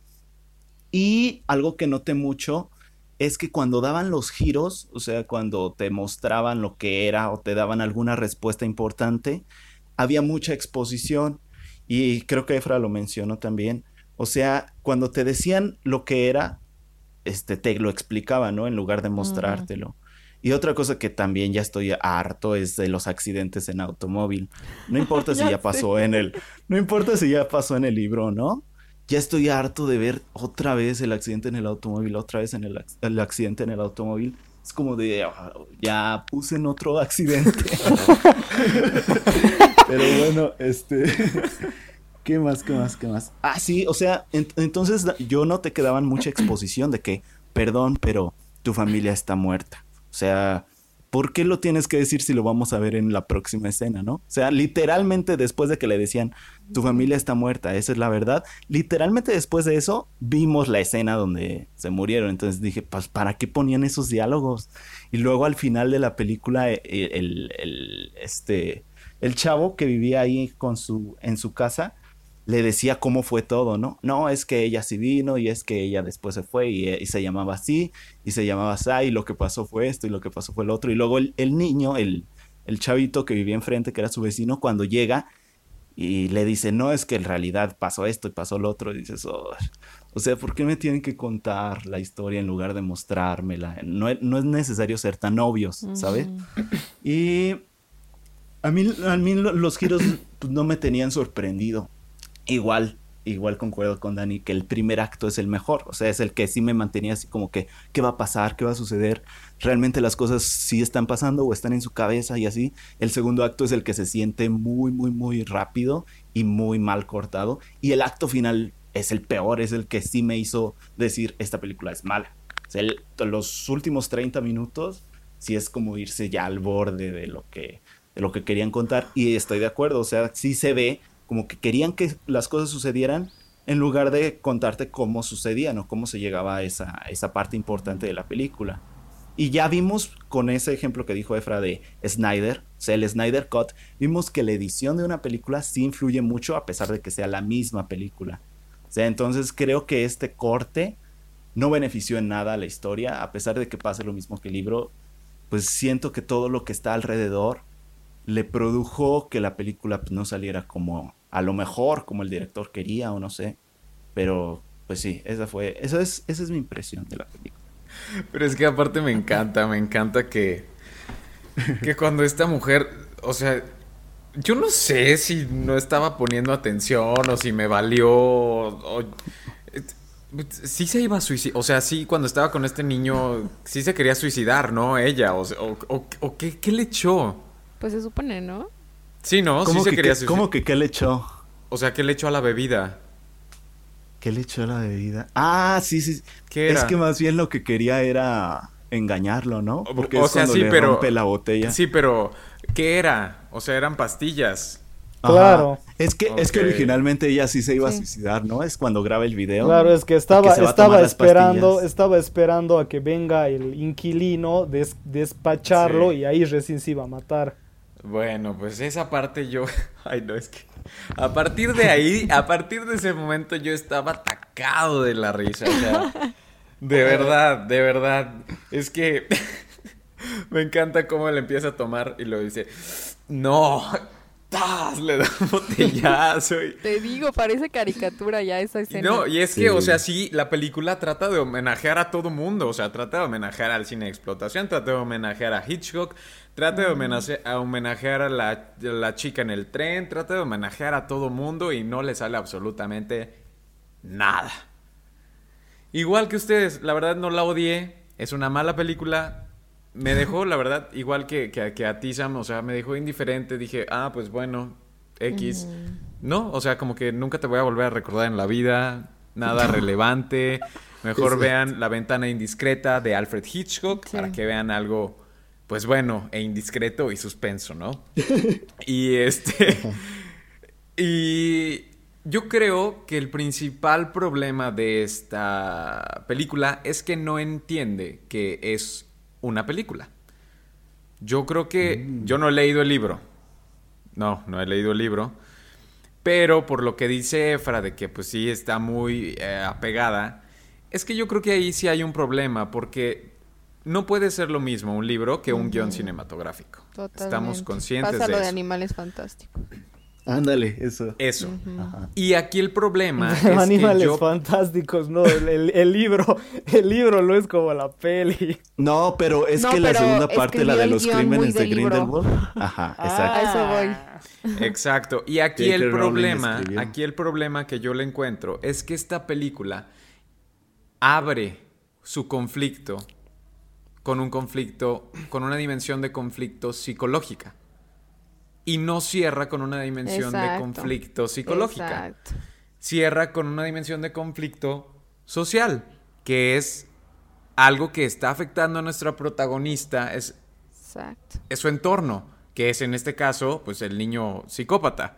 S3: Y algo que noté mucho es que cuando daban los giros, o sea, cuando te mostraban lo que era o te daban alguna respuesta importante, había mucha exposición. Y creo que Efra lo mencionó también. O sea, cuando te decían lo que era, este, te lo explicaban, ¿no? En lugar de
S1: Ujú.
S3: mostrártelo. Y otra cosa que también ya estoy harto es de los accidentes en automóvil. No importa si
S1: Ya
S3: ya
S1: sé.
S3: pasó en el, no importa si ya pasó en el libro, ¿no? Ya estoy harto de ver otra vez el accidente en el automóvil, otra vez en el, ac- el accidente en el automóvil. Es como de, ah, ya puse en otro accidente. Pero bueno, este, ¿qué más, qué más, qué más? Ah, sí, o sea, ent- entonces da- yo no te quedaban mucha exposición de que, perdón, pero tu familia está muerta. O sea, ¿por qué lo tienes que decir si lo vamos a ver en la próxima escena, no? O sea, literalmente después de que le decían, tu
S1: Ujú.
S3: familia está muerta, esa es la verdad. Literalmente después de eso, vimos la escena donde se murieron. Entonces dije, pues, ¿para qué ponían esos diálogos? Y luego al final de la película, eh, el, el, este, el chavo que vivía ahí con su, en su casa, le decía cómo fue todo, ¿no? No, es que ella sí vino y es que ella después se fue y, y se llamaba así y se llamaba así y lo que pasó fue esto y lo que pasó fue lo otro. Y luego el, el niño, el, el chavito que vivía enfrente, que era su vecino, cuando llega y le dice, no, es que en realidad pasó esto y pasó lo otro, y dices, "Oh, o sea, ¿por qué me tienen que contar la historia en lugar de mostrármela? No, es- no es necesario ser tan obvios, ¿sabes?
S1: Ujú.
S3: Y a mí, a mí lo- los giros pues, no me tenían sorprendido. Igual, igual concuerdo con Dani que el primer acto es el mejor, o sea, es el que sí me mantenía así como que, ¿qué va a pasar? ¿Qué va a suceder? ¿Realmente las cosas sí están pasando o están en su cabeza y así? El segundo acto es el que se siente muy, muy, muy rápido y muy mal cortado. Y el acto final es el peor, es el que sí me hizo decir, esta película es mala. O sea, el- los últimos treinta minutos sí es como irse ya al borde de lo que de lo que querían contar, y estoy de acuerdo, o sea, sí se ve como que querían que las cosas sucedieran en lugar de contarte cómo sucedían o cómo se llegaba a esa, esa parte importante de la película. Y ya vimos con ese ejemplo que dijo Efra de Snyder, o sea, el Snyder Cut, vimos que la edición de una película sí influye mucho a pesar de que sea la misma película. O sea, entonces creo que este corte no benefició en nada a la historia, a pesar de que pase lo mismo que el libro, pues siento que todo lo que está alrededor le produjo que la película pues, no saliera como, a lo mejor, como el director quería o no sé, pero pues sí, esa fue, esa es, esa es mi impresión de la película.
S2: Pero es que aparte me encanta, me encanta que, que cuando esta mujer, o sea, yo no sé si no estaba poniendo atención o si me valió, o, o, sí se iba a suicidar, o sea, sí cuando estaba con este niño, sí se quería suicidar, ¿no? Ella, o, o, o, o ¿qué, qué le echó?
S1: Pues se supone, ¿no?
S2: Sí, ¿no? Sí
S3: ¿Cómo
S2: se
S3: que,
S2: quería
S3: que,
S2: suicidar.
S3: ¿Cómo que qué le echó?
S2: O sea, ¿qué le echó a la bebida?
S3: ¿Qué le echó a la bebida? Ah, sí, sí.
S2: ¿Qué era?
S3: Es que más bien lo que quería era engañarlo, ¿no? Porque
S2: o
S3: es
S2: sea,
S3: cuando
S2: sí,
S3: le
S2: pero
S3: rompe la botella.
S2: Sí, pero ¿qué era? O sea, eran pastillas.
S3: Ajá.
S4: Claro.
S3: Es que,
S2: Ok.
S3: es que originalmente ella sí se iba
S1: Sí.
S3: a suicidar, ¿no? Es cuando graba el video.
S4: Claro, es que estaba,
S3: que se va a
S4: estaba
S3: tomar las
S4: esperando,
S3: pastillas.
S4: estaba esperando a que venga el inquilino, des- despacharlo
S2: Sí.
S4: y ahí recién se iba a matar.
S2: Bueno, pues esa parte yo... Ay, no, es que... A partir de ahí, a partir de ese momento yo estaba atacado de la risa, o sea... De verdad, de verdad. Es que... Me encanta cómo él empieza a tomar y lo dice... No... ¡Tas! Le da un botellazo y...
S1: Te digo, parece caricatura ya esa
S2: Y
S1: escena.
S2: No, y es
S3: Sí.
S2: que, o sea, sí, la película trata de homenajear a todo mundo. O sea, trata de homenajear al cine de explotación, trata de homenajear a Hitchcock, trata de homenaje- a homenajear a la, a la chica en el tren, trata de homenajear a todo mundo y no le sale absolutamente nada. Igual que ustedes, la verdad no la odié, es una mala película. Me dejó, la verdad, igual que, que, que a ti, Sam, o sea, me dejó indiferente. Dije, ah, pues bueno, X. No, o sea, como que nunca te voy a volver a recordar en la vida, nada relevante. Mejor
S3: Sí.
S2: vean La ventana indiscreta de Alfred Hitchcock
S1: Sí.
S2: para que vean algo, pues bueno, e indiscreto y suspenso, ¿no? Y este... y yo creo que el principal problema de esta película es que no entiende que es una película. Yo creo que...
S3: Mm.
S2: Yo no he leído el libro. No, no he leído el libro. Pero por lo que dice Efra de que pues sí está muy eh, apegada, es que yo creo que ahí sí hay un problema porque no puede ser lo mismo un libro que un
S1: Ujú.
S2: guión cinematográfico.
S1: Totalmente.
S2: Estamos conscientes
S1: Pasa
S2: de
S1: lo
S2: eso.
S1: de Animales Fantásticos.
S3: Ándale, eso.
S2: Eso.
S1: Ujú.
S3: Ajá.
S2: Y aquí el problema es
S4: Animales
S2: que yo...
S4: fantásticos, no, el, el- el libro, el libro no es como la peli.
S3: No, pero es
S1: No,
S3: que la
S1: pero
S3: segunda parte, la
S1: escribió
S3: de
S1: el
S3: los
S1: guión muy
S3: crímenes de
S1: del libro.
S3: Grindelwald. Ajá, exacto.
S1: A eso voy.
S2: Exacto. Y aquí
S3: J K.
S2: el
S3: Rowling
S2: problema,
S3: escribió.
S2: aquí el problema que yo le encuentro es que esta película abre su conflicto con un conflicto, con una dimensión de conflicto psicológica. Y no cierra con una dimensión de
S1: Exacto.
S2: conflicto psicológica.
S1: Exacto.
S2: Cierra con una dimensión de conflicto social, que es algo que está afectando a nuestra protagonista, es,
S1: Exacto.
S2: es su entorno, que es en este caso, pues el niño psicópata.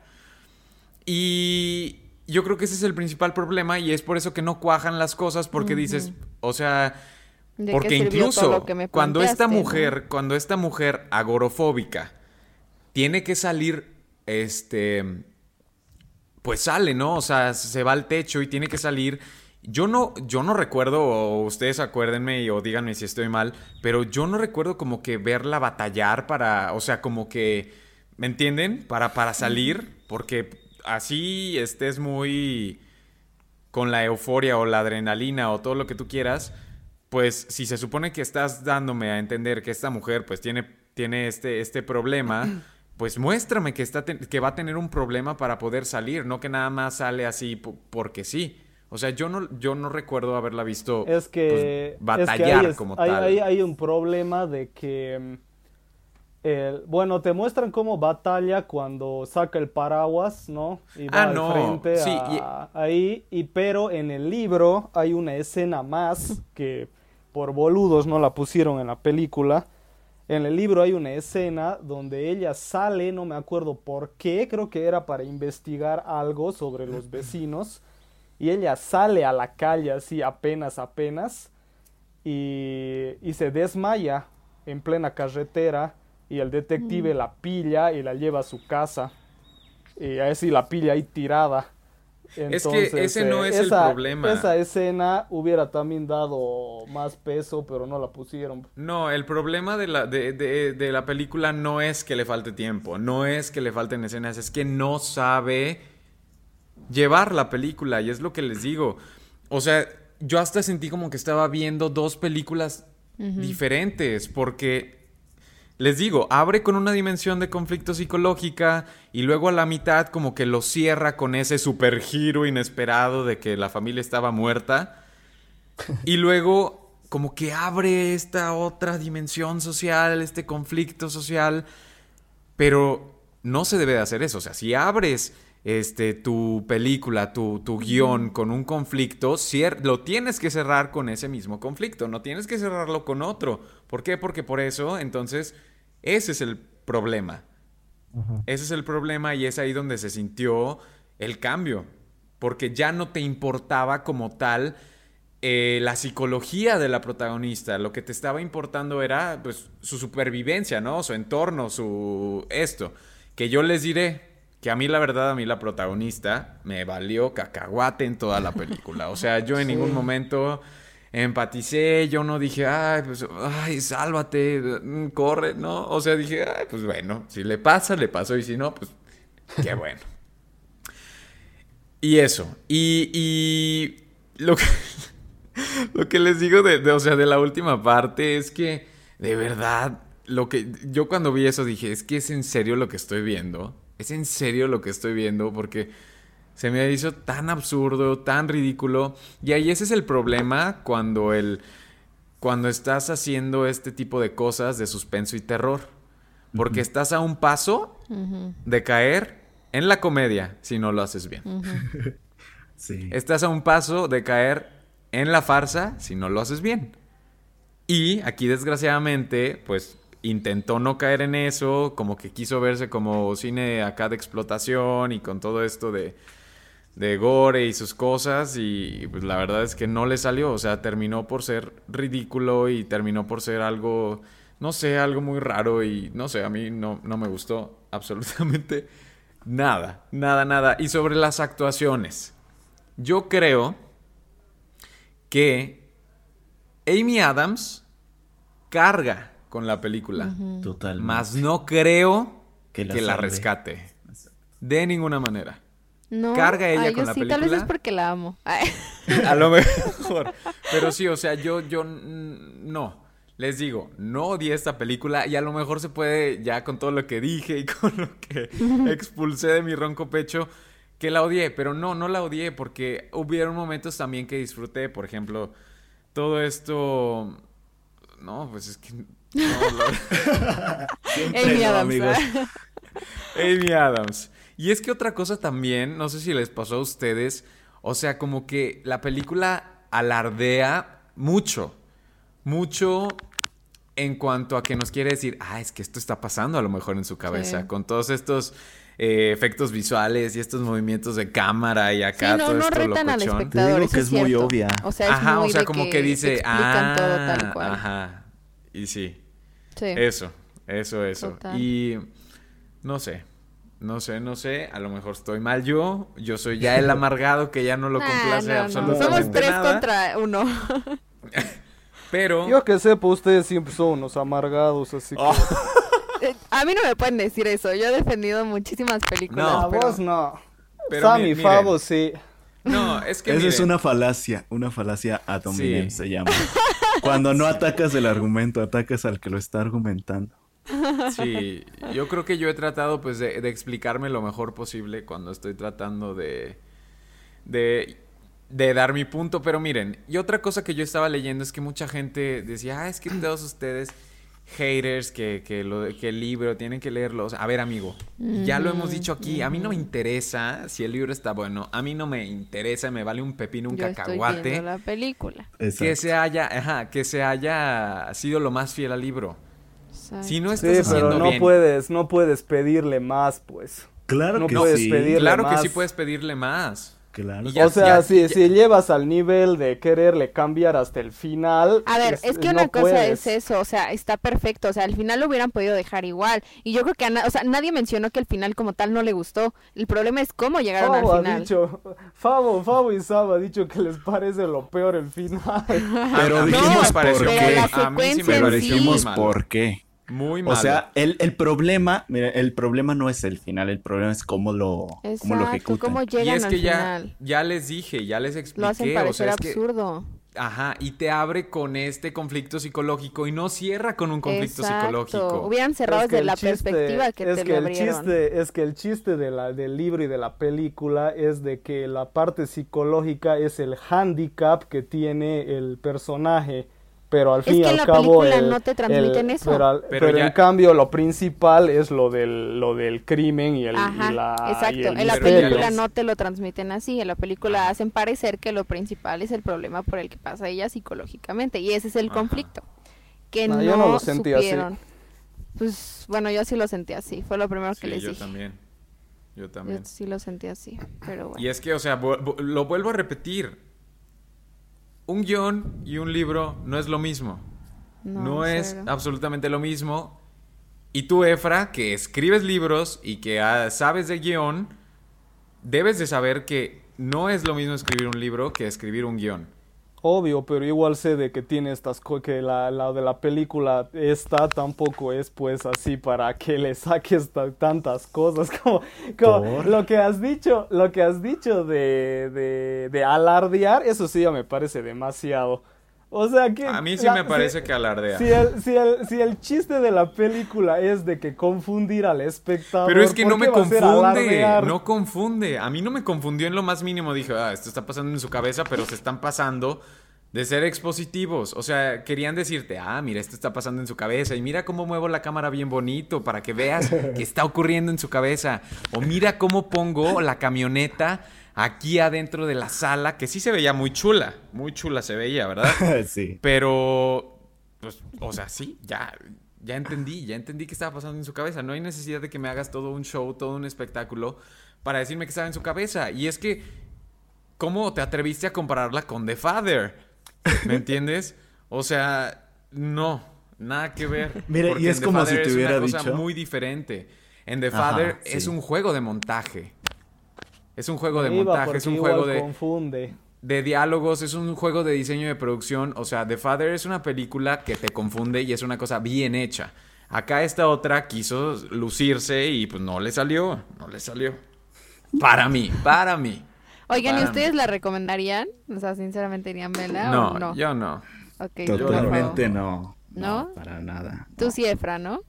S2: Y yo creo que ese es el principal problema y es por eso que no cuajan las cosas, porque
S1: Ujú.
S2: dices, o sea,
S1: ¿De
S2: porque
S1: qué sirvió todo
S2: incluso
S1: lo que me
S2: cuando esta
S1: planteaste, no?
S2: mujer, cuando esta mujer agorofóbica tiene que salir, este, pues sale, ¿no? O sea, se va al techo y tiene que salir. Yo no, yo no recuerdo, o ustedes acuérdenme y, o díganme si estoy mal, pero yo no recuerdo como que verla batallar para, o sea, como que, ¿me entienden? Para, para salir, porque así estés muy con la euforia o la adrenalina o todo lo que tú quieras, pues si se supone que estás dándome a entender que esta mujer pues tiene, tiene este, este problema, pues muéstrame que, está te- que va a tener un problema para poder salir, no que nada más sale así po- porque sí. O sea, yo no, yo no recuerdo haberla visto
S4: Es que,
S2: pues,
S4: es que
S2: batallar
S4: ahí es-
S2: como
S4: ahí-
S2: tal.
S4: ahí hay un problema de que, mm, el- bueno, te muestran cómo batalla cuando saca el paraguas, ¿no? Y va
S2: Ah,
S4: al
S2: no,
S4: frente
S2: sí,
S4: a- ahí, y pero en el libro hay una escena más que por boludos no la pusieron en la película, En el libro hay una escena donde ella sale, no me acuerdo por qué, creo que era para investigar algo sobre los vecinos, y ella sale a la calle así apenas, apenas, y, y se desmaya en plena carretera, y el detective mm. la pilla y la lleva a su casa, y así la pilla ahí tirada. Entonces,
S2: es que ese no es
S4: eh, esa,
S2: el problema.
S4: Esa escena hubiera también dado más peso, pero no la pusieron.
S2: No, el problema de la, de, de, de la película no es que le falte tiempo, no es que le falten escenas, es que no sabe llevar la película, y es lo que les digo. O sea, yo hasta sentí como que estaba viendo dos películas uh-huh. diferentes, porque... Les digo, abre con una dimensión de conflicto psicológica y luego a la mitad como que lo cierra con ese super giro inesperado de que la familia estaba muerta. Y luego como que abre esta otra dimensión social, este conflicto social. Pero no se debe de hacer eso. O sea, si abres este, tu película, tu, tu guión con un conflicto, cier- lo tienes que cerrar con ese mismo conflicto. No tienes que cerrarlo con otro. ¿Por qué? Porque por eso, entonces, ese es el problema. Uh-huh. Ese es el problema y es ahí donde se sintió el cambio. Porque ya no te importaba como tal eh, la psicología de la protagonista. Lo que te estaba importando era pues, su supervivencia, ¿no? Su entorno, su... esto. Que yo les diré que a mí, la verdad, a mí la protagonista me valió cacahuate en toda la película. O sea, yo en sí. ningún momento... empaticé, yo no dije, ay, pues, ay, sálvate, corre, ¿no? O sea, dije, ay, pues bueno, si le pasa, le pasó, y si no, pues, qué bueno. Y eso, y, y lo que, lo que les digo de, de, o sea, de la última parte es que, de verdad, lo que, yo cuando vi eso dije, es que es en serio lo que estoy viendo, es en serio lo que estoy viendo, porque... se me hizo tan absurdo, tan ridículo. Y ahí ese es el problema cuando, el, cuando estás haciendo este tipo de cosas de suspenso y terror. Porque uh-huh. estás a un paso uh-huh. de caer en la comedia si no lo haces bien. Uh-huh. Sí. Estás a un paso de caer en la farsa si no lo haces bien. Y aquí, desgraciadamente, pues... intentó no caer en eso, como que quiso verse como cine acá de explotación y con todo esto de... de gore y sus cosas y pues la verdad es que no le salió, o sea, terminó por ser ridículo y terminó por ser algo, no sé, algo muy raro y no sé, a mí no, no me gustó absolutamente nada, nada, nada. Y sobre las actuaciones, yo creo que Amy Adams carga con la película, uh-huh. totalmente, más no creo que la, que la rescate de ninguna manera.
S1: No,
S2: carga ella
S1: ay,
S2: con
S1: yo
S2: la
S1: sí,
S2: película.
S1: Tal vez es porque la amo. Ay.
S2: A lo mejor. Pero sí, o sea, yo, yo no. Les digo, no odié esta película y a lo mejor se puede, ya con todo lo que dije y con lo que expulsé de mi ronco pecho, que la odié. Pero no, no la odié porque hubieron momentos también que disfruté. Por ejemplo, todo esto... No, pues es que... No, la...
S1: Amy Adams, amigos.
S2: Amy Adams. Y es que otra cosa también, no sé si les pasó a ustedes, o sea, como que la película alardea mucho, mucho en cuanto a que nos quiere decir, ah, es que esto está pasando a lo mejor en su cabeza, sí. con todos estos eh, efectos visuales y estos movimientos de cámara y acá sí, no, todo
S1: no
S2: esto
S1: retan al espectador,
S3: digo
S1: eso
S3: que
S1: es
S3: es
S1: cierto.
S3: Muy obvia.
S1: O sea, es
S2: ajá,
S1: muy
S2: o sea,
S1: de
S2: como
S1: que,
S2: que dice,
S1: explican
S2: ah,
S1: todo tal cual.
S2: Ajá, y sí,
S1: sí.
S2: eso, eso, eso.
S1: Total.
S2: Y no sé. No sé, no sé, a lo mejor estoy mal yo, yo soy ya el amargado que ya no lo complace
S1: ah, no,
S2: absolutamente
S1: no. Somos tres
S2: nada.
S1: contra uno.
S2: Pero...
S4: yo que sepa, ustedes siempre son unos amargados, así que...
S2: Oh.
S1: A mí no me pueden decir eso, yo he defendido muchísimas películas.
S4: No, a
S1: pero...
S4: vos no.
S2: Pero
S4: Sammy,
S2: mi,
S4: Favo, sí.
S2: No, es que
S3: esa
S2: miren.
S3: es una falacia, una falacia ad hominem
S2: sí.
S3: se llama. Cuando no atacas el argumento, atacas al que lo está argumentando.
S2: Sí, yo creo que yo he tratado pues de, de explicarme lo mejor posible cuando estoy tratando de, de, de dar mi punto, pero miren, y otra cosa que yo estaba leyendo es que mucha gente decía, ah, es que todos ustedes haters, que, que, lo, que el libro tienen que leerlo. A ver, amigo, mm-hmm. ya lo hemos dicho aquí, a mí no me interesa si el libro está bueno, a mí no me interesa, me vale un pepino, un
S1: yo
S2: cacahuate.
S1: Estoy viendo la película.
S2: Que se haya, ajá, que se haya sido lo más fiel al libro.
S1: Exacto.
S2: Si no
S4: Sí,
S2: estás haciendo
S4: pero no
S2: bien...
S4: puedes, no puedes pedirle más, pues.
S3: Claro
S4: No
S3: que
S4: puedes
S3: sí.
S4: pedirle
S2: Claro que
S4: más.
S2: sí puedes pedirle más.
S3: Claro.
S2: Y ya-
S4: O sea,
S2: ya-
S4: si,
S2: ya-
S4: si llevas al nivel de quererle cambiar hasta el final...
S1: A ver,
S4: es,
S1: es que
S4: no
S1: una cosa
S4: puedes.
S1: es eso, o sea, está perfecto, o sea, al final lo hubieran podido dejar igual. Y yo creo que, a na- o sea, nadie mencionó que el final como tal no le gustó. El problema es cómo llegaron
S4: Fabo
S1: al
S4: ha
S1: final.
S4: dicho, Fabo, Fabo y Saba ha dicho que les parece lo peor el final.
S3: Pero
S2: a mí sí
S3: dijimos
S2: me pareció
S3: por
S1: pero
S3: qué.
S1: la
S2: a mí sí me
S1: secuencia
S3: Pero
S1: en
S2: pareció
S1: sí-
S2: muy
S3: dijimos
S2: malo.
S3: por qué.
S2: Muy
S3: O
S2: malo.
S3: sea, el, el problema, mira, el problema no es el final, el problema es cómo lo, cómo lo
S1: Exacto,
S3: ejecutan.
S1: cómo
S2: y
S1: llegan
S2: es
S1: al
S2: que ya,
S1: final.
S2: ya les dije, ya les expliqué.
S1: Lo hacen
S2: o
S1: parecer
S2: sea, es que-
S1: absurdo.
S2: Ajá, y te abre con este conflicto psicológico y no cierra con un conflicto
S1: Exacto.
S2: psicológico.
S1: Hubieran cerrado
S4: Es que
S1: desde
S4: el
S1: la
S4: chiste-
S1: perspectiva que
S4: es
S1: te
S4: que
S1: lo
S4: el
S1: abrieron.
S4: chiste es que el chiste de la, del libro y de la película es de que la parte psicológica es el handicap que tiene el personaje, pero al
S1: Es
S4: fin y
S1: que en
S4: al
S1: la
S4: cabo
S1: película
S4: el-
S1: no te transmiten
S4: el-
S1: eso.
S4: pero, al-
S2: Pero
S4: pero
S2: ya-
S4: en cambio lo principal es lo del lo del crimen y el
S1: Ajá,
S4: y la y
S1: exacto.
S4: el
S1: En la
S2: misterio.
S1: película no te lo transmiten así. En la película hacen parecer que lo principal es el problema por el que pasa ella psicológicamente. Y ese es el
S2: Ajá.
S1: conflicto. Que
S4: No,
S1: no,
S4: yo no lo sentí así.
S1: supieron. Pues bueno, yo sí lo sentí así. Fue lo primero que
S2: Sí,
S1: les
S2: yo
S1: dije.
S2: también. Yo también.
S1: Yo sí lo sentí así. Pero bueno.
S2: Y es que, o sea, vu- vu- lo vuelvo a repetir. Un guión y un libro no es lo mismo. No, es
S1: cero.
S2: absolutamente lo mismo. Y tú, Efra, que escribes libros y que ah, sabes de guión, debes de saber que no es lo mismo escribir un libro que escribir un guión.
S4: Obvio, pero igual sé de que tiene estas cosas, que la, la de la película esta tampoco es pues así para que le saques ta- tantas cosas como, como
S3: ¿Por?
S4: lo que has dicho, lo que has dicho de, de, de alardear, eso sí ya me parece demasiado. O sea que...
S2: A mí sí
S4: la-
S2: me parece
S4: si-
S2: que alardea.
S4: Si el, si, el, si el chiste de la película es de que confundir al espectador...
S2: Pero es que
S4: ¿por
S2: no me
S4: qué va a ser
S2: confunde,
S4: alardear?
S2: no confunde. A mí no me confundió en lo más mínimo. Dije, ah, esto está pasando en su cabeza, pero se están pasando de ser expositivos. O sea, querían decirte, ah, mira, esto está pasando en su cabeza. Y mira cómo muevo la cámara bien bonito para que veas que está ocurriendo en su cabeza. O mira cómo pongo la camioneta aquí adentro de la sala, que sí se veía muy chula. Muy chula se veía, ¿verdad?
S3: Sí.
S2: Pero, pues, o sea, sí, ya, ya entendí, ya entendí qué estaba pasando en su cabeza. No hay necesidad de que me hagas todo un show, todo un espectáculo para decirme qué estaba en su cabeza. Y es que, ¿cómo te atreviste a compararla con The Father? ¿Me entiendes? O sea, no, nada que ver.
S3: Mira, y
S2: Porque
S3: es
S2: en The
S3: como
S2: Father
S3: si te
S2: es
S3: hubiera
S2: una cosa
S3: dicho-
S2: muy diferente. En The
S3: Ajá,
S2: Father
S3: sí.
S2: es un juego de montaje. Es un juego de
S4: Iba
S2: montaje,
S4: porque
S2: es un
S4: igual
S2: juego de...
S4: confunde.
S2: de diálogos, es un juego de diseño de producción. O sea, The Father es una película que te confunde y es una cosa bien hecha. Acá esta otra quiso lucirse y pues no le salió, no le salió. Para mí, para mí.
S1: Oigan, ¿y
S2: Para
S1: ustedes
S2: mí.
S1: la recomendarían? O sea, sinceramente, ¿irían verla
S2: No,
S1: o no?
S2: yo no.
S1: Ok,
S3: Totalmente
S1: yo-
S3: no.
S1: ¿No?
S3: No, para nada.
S1: Tú
S3: no.
S1: sí, Efra, ¿no?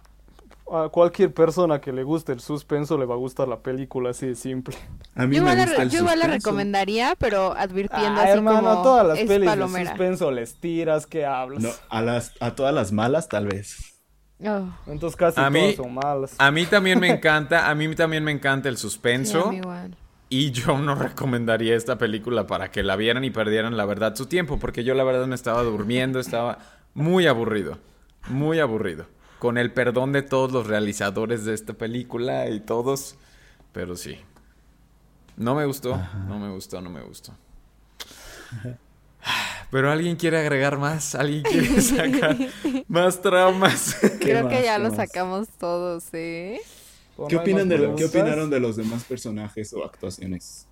S4: A cualquier persona que le guste el suspenso le va a gustar la película, así de simple.
S3: A mí
S1: Yo
S3: me
S1: igual, la,
S3: gusta
S1: re-
S3: el
S1: yo igual la
S3: suspenso.
S1: recomendaría, pero advirtiendo
S4: Ah,
S1: así
S4: hermano,
S1: como
S4: a todas las
S1: es
S4: pelis
S1: palomera.
S4: de suspenso les tiras, ¿qué hablas?
S3: No, a las a todas las malas tal vez.
S1: Oh,
S4: Entonces casi
S2: A
S4: todas
S2: mí-
S4: son malas.
S2: A mí también me encanta, a mí también me encanta el
S1: sí,
S2: suspenso.
S1: a mí igual.
S2: Y yo no recomendaría esta película para que la vieran y perdieran la verdad su tiempo, porque yo la verdad me estaba durmiendo, estaba muy aburrido, muy aburrido. Con el perdón de todos los realizadores de esta película y todos, pero sí. No me gustó, no me gustó, no me gustó. Pero alguien quiere agregar más, alguien quiere sacar más traumas.
S1: Creo
S3: más,
S1: que ya
S3: qué
S1: lo
S3: más?
S1: sacamos todos, ¿eh?
S4: ¿O
S3: ¿Qué
S4: no hay
S3: opinan
S4: más
S3: de lo- ¿Qué
S4: preguntas?
S3: opinaron de los demás personajes o actuaciones?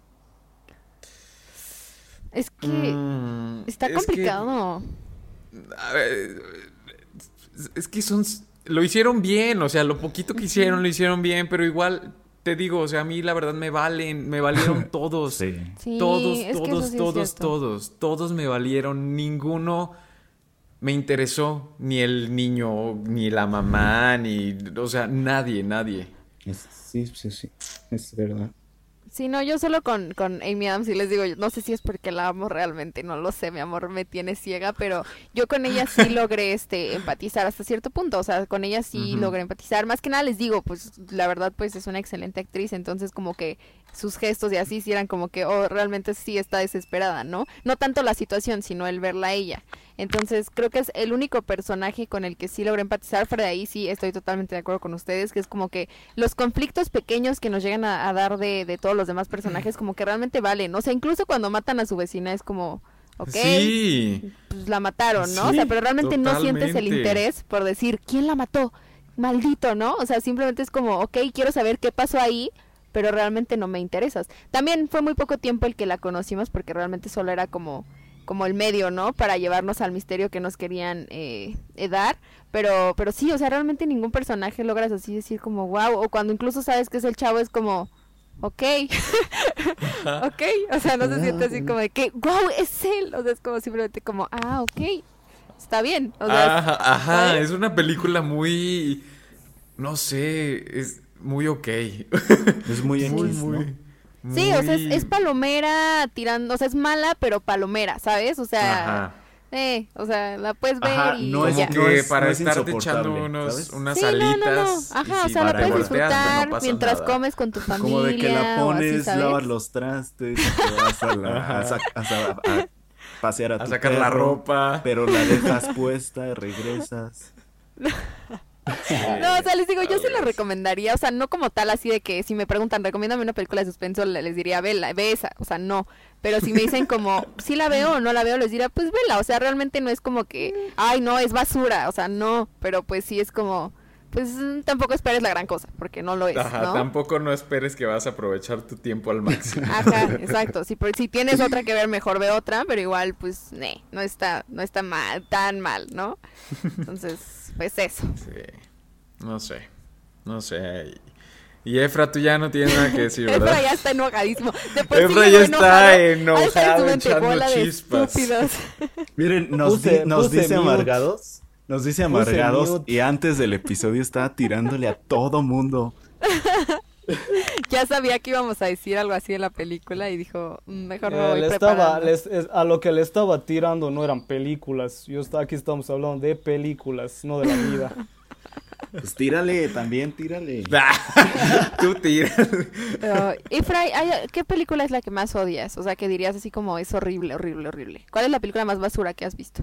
S1: Es que
S2: Mm,
S1: está
S2: es que-
S1: complicado.
S2: A ver, es que son... Lo hicieron bien, o sea, lo poquito que hicieron lo hicieron bien, pero igual, te digo, o sea, a mí la verdad me valen, me valieron todos.
S3: Sí.
S1: Sí,
S2: Todos,
S1: es que eso
S2: todos,
S1: sí es
S2: todos,
S1: cierto.
S2: todos, todos me valieron, ninguno me interesó, ni el niño, ni la mamá, ni, o sea, nadie, nadie.
S3: Es- sí, sí, sí. Es verdad.
S1: Sí, no, yo solo con, con Amy Adams y les digo, yo no sé si es porque la amo realmente, no lo sé, mi amor me tiene ciega, pero yo con ella sí logré este empatizar hasta cierto punto, o sea, con ella sí
S2: Ujú.
S1: logré empatizar, más que nada les digo, pues la verdad pues es una excelente actriz, entonces como que sus gestos y así sí eran como que, oh, realmente sí está desesperada, ¿no? No tanto la situación, sino el verla a ella. Entonces creo que es el único personaje con el que sí logré empatizar. Fuera de ahí sí estoy totalmente de acuerdo con ustedes, que es como que los conflictos pequeños que nos llegan a, a dar de, de todos los demás personajes como que realmente valen. O sea, incluso cuando matan a su vecina es como, ok,
S2: Sí.
S1: pues la mataron, ¿no?
S2: Sí,
S1: o sea, pero realmente no
S2: totalmente.
S1: sientes el interés por decir, ¿quién la mató? Maldito, ¿no? O sea, simplemente es como, ok, quiero saber qué pasó ahí, pero realmente no me interesas. También fue muy poco tiempo el que la conocimos porque realmente solo era como, como el medio, ¿no? Para llevarnos al misterio que nos querían eh, eh, dar, pero, pero sí, o sea, realmente ningún personaje logras así decir como, wow, o cuando incluso sabes que es el chavo es como, ok, ok, o sea, no se siente así como de que, wow, es él, o sea, es como simplemente como, ah, ok, está bien, o sea,
S2: Ajá,
S1: es-
S2: ajá,
S1: ¿sabes?
S2: es una película muy, no sé, es muy ok.
S3: Es muy X,
S2: Muy,
S3: ¿no?
S2: muy,
S1: Sí, o sea, es,
S2: muy-
S1: es palomera tirando, o sea, es mala, pero palomera, ¿sabes? O sea,
S2: Ajá.
S1: eh, o sea, la puedes ver
S3: Ajá,
S1: y
S3: no
S2: Como
S3: es-
S1: ya.
S2: que
S3: es-
S2: para
S3: no es
S2: estarte echando
S3: insoportable,
S2: unos,
S3: ¿sabes?
S2: unas
S1: Sí, no, no, no.
S2: alitas.
S1: Ajá,
S2: y
S1: o
S2: si
S1: sea, la
S2: te
S1: puedes
S2: golpeas,
S1: disfrutar
S2: no pasa
S1: mientras
S2: nada.
S1: comes con tu familia.
S3: Como de que la
S1: o así,
S3: pones,
S1: ¿sabes?
S3: lavas los trastes, te vas a, la- a sa- a sa- a pasear a,
S2: A
S3: tu
S2: sacar la
S3: perro,
S2: ropa.
S3: pero la dejas puesta, regresas.
S1: No, o sea, les digo, yo sí la recomendaría, o sea, no como tal, así de que si me preguntan, recomiéndame una película de suspenso, le- les diría, vela, ve esa, o sea, no, pero si me dicen como, si la veo o no la veo, les diría, pues vela, o sea, realmente no es como que, ay, no, es basura, o sea, no, pero pues sí es como, pues mm, tampoco esperes la gran cosa, porque no lo es,
S2: Ajá,
S1: ¿no?
S2: tampoco no esperes que vas a aprovechar tu tiempo al máximo.
S1: Ajá, exacto, si, por- si tienes otra que ver, mejor ve otra, pero igual, pues, ne, no está, no está mal, tan mal, ¿no? Entonces, pues eso.
S2: Sí, no sé, no sé. Y, y Efra, tú ya no tienes nada que decir, ¿verdad?
S1: Efra ya está enojadísimo. De por sí
S2: Efra
S1: llegó
S2: ya está
S1: enojado. Ha de estar en su
S2: enojado,
S1: mente,
S2: echando
S1: bola de
S2: chispas.
S1: estúpidos.
S3: Miren, nos,
S4: Puse-
S3: di- nos
S4: puse
S3: dice
S4: mute.
S3: amargados, nos dice
S4: Puse
S3: amargados
S4: mute.
S3: y antes del episodio estaba tirándole a todo mundo.
S1: Ya sabía que íbamos a decir algo así en la película y dijo, "Mm, mejor me
S4: Eh,
S1: voy
S4: le estaba,
S1: preparando".
S4: les- es- a lo que le estaba tirando no eran películas. Yo está, aquí estamos hablando de películas, no de la vida.
S3: Pues tírale, también tírale.
S2: Tú tiras.
S1: Pero, y Fray, hay- ¿qué película es la que más odias? O sea, que dirías así como, es horrible, horrible, horrible. ¿Cuál es la película más basura que has visto?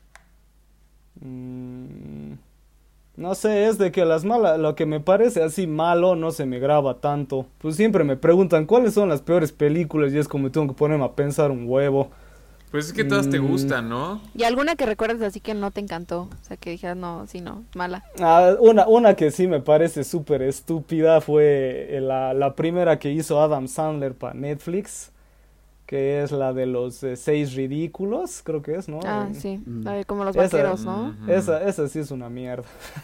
S4: Mm, no sé, es de que las malas, lo que me parece así malo no se me graba tanto. Pues siempre me preguntan cuáles son las peores películas y es como tengo que ponerme a pensar un huevo.
S2: Pues es que todas te
S4: Mm.
S2: gustan, ¿no?
S1: ¿Y alguna que recuerdes así que no te encantó? O sea, que dijeras, no, sí, no, mala.
S4: Ah, una, una que sí me parece súper estúpida fue eh, la, la primera que hizo Adam Sandler para Netflix, que es la de los eh, seis ridículos, creo que es, ¿no?
S1: Ah,
S4: Eh,
S1: sí,
S3: Mm.
S1: la de como los
S4: Esa-
S1: vaqueros, ¿no?
S2: Ujú.
S4: Esa, esa sí es una mierda.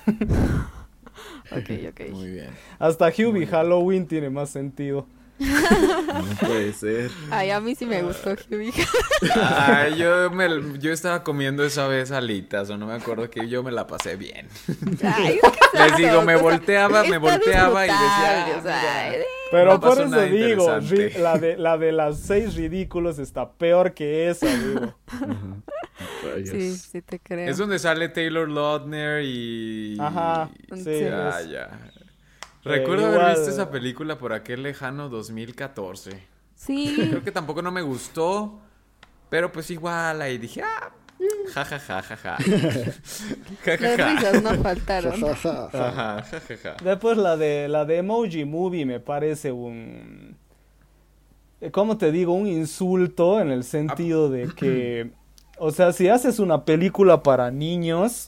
S1: Ok, ok.
S2: Muy bien.
S4: Hasta Hubie Halloween tiene más sentido.
S3: No puede ser.
S1: Ay, a mí sí me gustó Hubie.
S2: Ay, yo, me, yo estaba comiendo esa vez alitas, o no me acuerdo que yo me la pasé bien.
S1: Ay,
S2: Les digo, me
S1: o sea,
S2: volteaba, me
S1: está
S2: volteaba y decía,
S1: disfrutable, o sea,
S2: "Ah,
S4: Pero
S2: No
S4: por
S2: pasó
S4: eso
S2: nada
S4: digo,
S2: interesante.
S4: ri- la de, la de las seis ridículos está peor que esa, digo.
S3: Rayos.
S1: sí, sí te creo.
S2: Es donde sale Taylor Lautner y...
S4: Ajá, sí.
S1: Sí.
S2: Ah,
S4: es-
S2: ya. Recuerdo
S4: igual-
S2: haber visto esa película por aquel lejano dos mil catorce.
S1: Sí,
S2: Creo que tampoco no me gustó, pero pues igual ahí dije, ah, ja ja ja ja ja. Ja, ja,
S1: las
S2: ja.
S1: risas no faltaron.
S2: Ajá, ja, ja, ja.
S4: Después la de la de Emoji Movie me parece un, eh, ¿cómo te digo? Un insulto en el sentido de que, o sea, si haces una película para niños,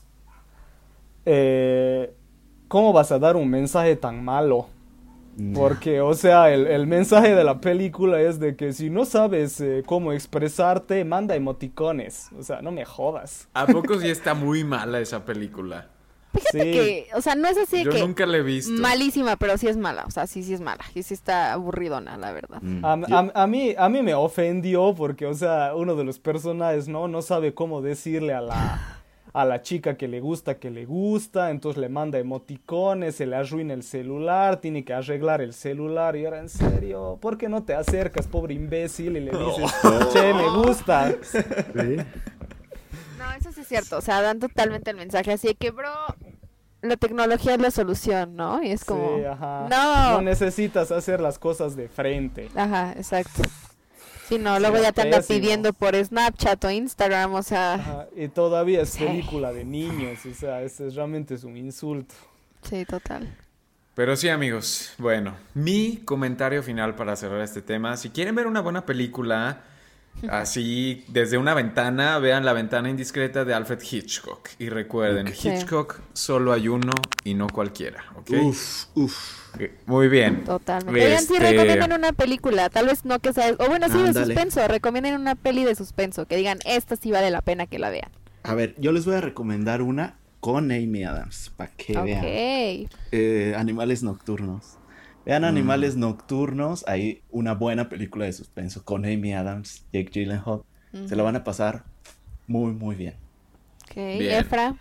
S4: eh, ¿cómo vas a dar un mensaje tan malo? Porque, o sea, el, el mensaje de la película es de que si no sabes eh, cómo expresarte, manda emoticones. O sea, no me jodas.
S2: ¿A poco sí está muy mala esa película?
S1: Fíjate
S4: Sí.
S1: que, o sea, no es así de
S2: Yo
S1: que
S2: nunca la he visto.
S1: malísima, pero sí es mala. O sea, sí, sí es mala. Y sí está aburridona, la verdad.
S3: Mm.
S4: A,
S3: Yo-
S4: a- a mí, a mí me ofendió porque, o sea, uno de los personajes, ¿no? No sabe cómo decirle a la, a la chica que le gusta, que le gusta, entonces le manda emoticones, se le arruina el celular, tiene que arreglar el celular, y ahora, en serio, ¿por qué no te acercas, pobre imbécil, y le dices, che, me gusta?
S3: ¿Sí?
S1: No, eso sí es cierto. O sea, dan totalmente el mensaje así de que, bro, la tecnología es la solución, ¿no? Y es como,
S4: Sí, ajá.
S1: no.
S4: No necesitas hacer las cosas de frente.
S1: Ajá, exacto. Si no,
S4: Sí,
S1: luego ya te anda
S4: pésimo.
S1: pidiendo por Snapchat o Instagram, o sea,
S4: Ajá, y todavía es
S1: Sí.
S4: película de niños, o sea, es, es- realmente es un insulto.
S1: sí, total.
S2: Pero sí, amigos, bueno, mi comentario final para cerrar este tema, si quieren ver una buena película, así desde una ventana, vean La ventana indiscreta de Alfred Hitchcock. Y recuerden,
S1: Sí.
S2: Hitchcock solo hay uno y no cualquiera, ¿ok?
S3: Uf, uf.
S2: Ok, muy bien.
S1: Totalmente. Oigan, sí,
S2: Este,
S1: recomienden una película, tal vez no que sea, o bueno, sí, de
S3: Ándale.
S1: suspenso, recomienden una peli de suspenso, que digan, esta sí vale la pena que la vean.
S3: A ver, yo les voy a recomendar una con Amy Adams, para que vean.
S1: Ok.
S3: Eh, Animales Nocturnos. Vean Animales Nocturnos, hay una buena película de suspenso con Amy Adams, Jake Gyllenhaal. Se lo van a pasar muy, muy bien.
S1: Ok,
S2: Bien.
S1: Efra.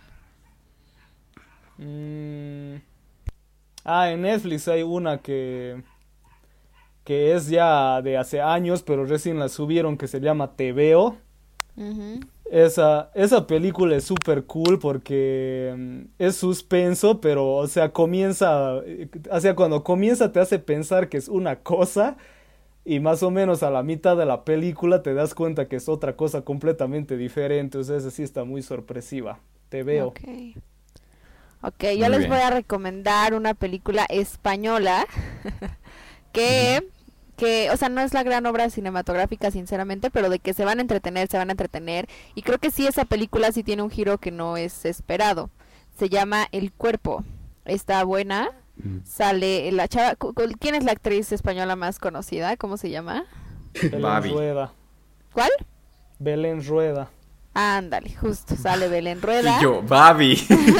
S4: Mm. Ah, en Netflix hay una que que es ya de hace años, pero recién la subieron, que se llama Te Veo.
S1: Ujú.
S4: Esa, esa película es súper cool porque mm, es suspenso, pero, o sea, comienza, eh, o sea, cuando comienza te hace pensar que es una cosa y más o menos a la mitad de la película te das cuenta que es otra cosa completamente diferente, o sea, esa sí está muy sorpresiva. Te Veo.
S1: Ok. Ok, yo
S2: Muy
S1: les
S2: bien.
S1: voy a recomendar una película española que, que, o sea, no es la gran obra cinematográfica, sinceramente, pero de que se van a entretener, se van a entretener. Y creo que sí, esa película sí tiene un giro que no es esperado. Se llama El Cuerpo. Está buena. Sale la chava. cu- cu- ¿Quién es la actriz española más conocida? ¿Cómo se llama?
S4: Belén
S2: Babi.
S4: Rueda.
S1: ¿Cuál?
S4: Belén Rueda.
S1: Ándale, justo, sale Belén Rueda.
S2: Y yo, Babi.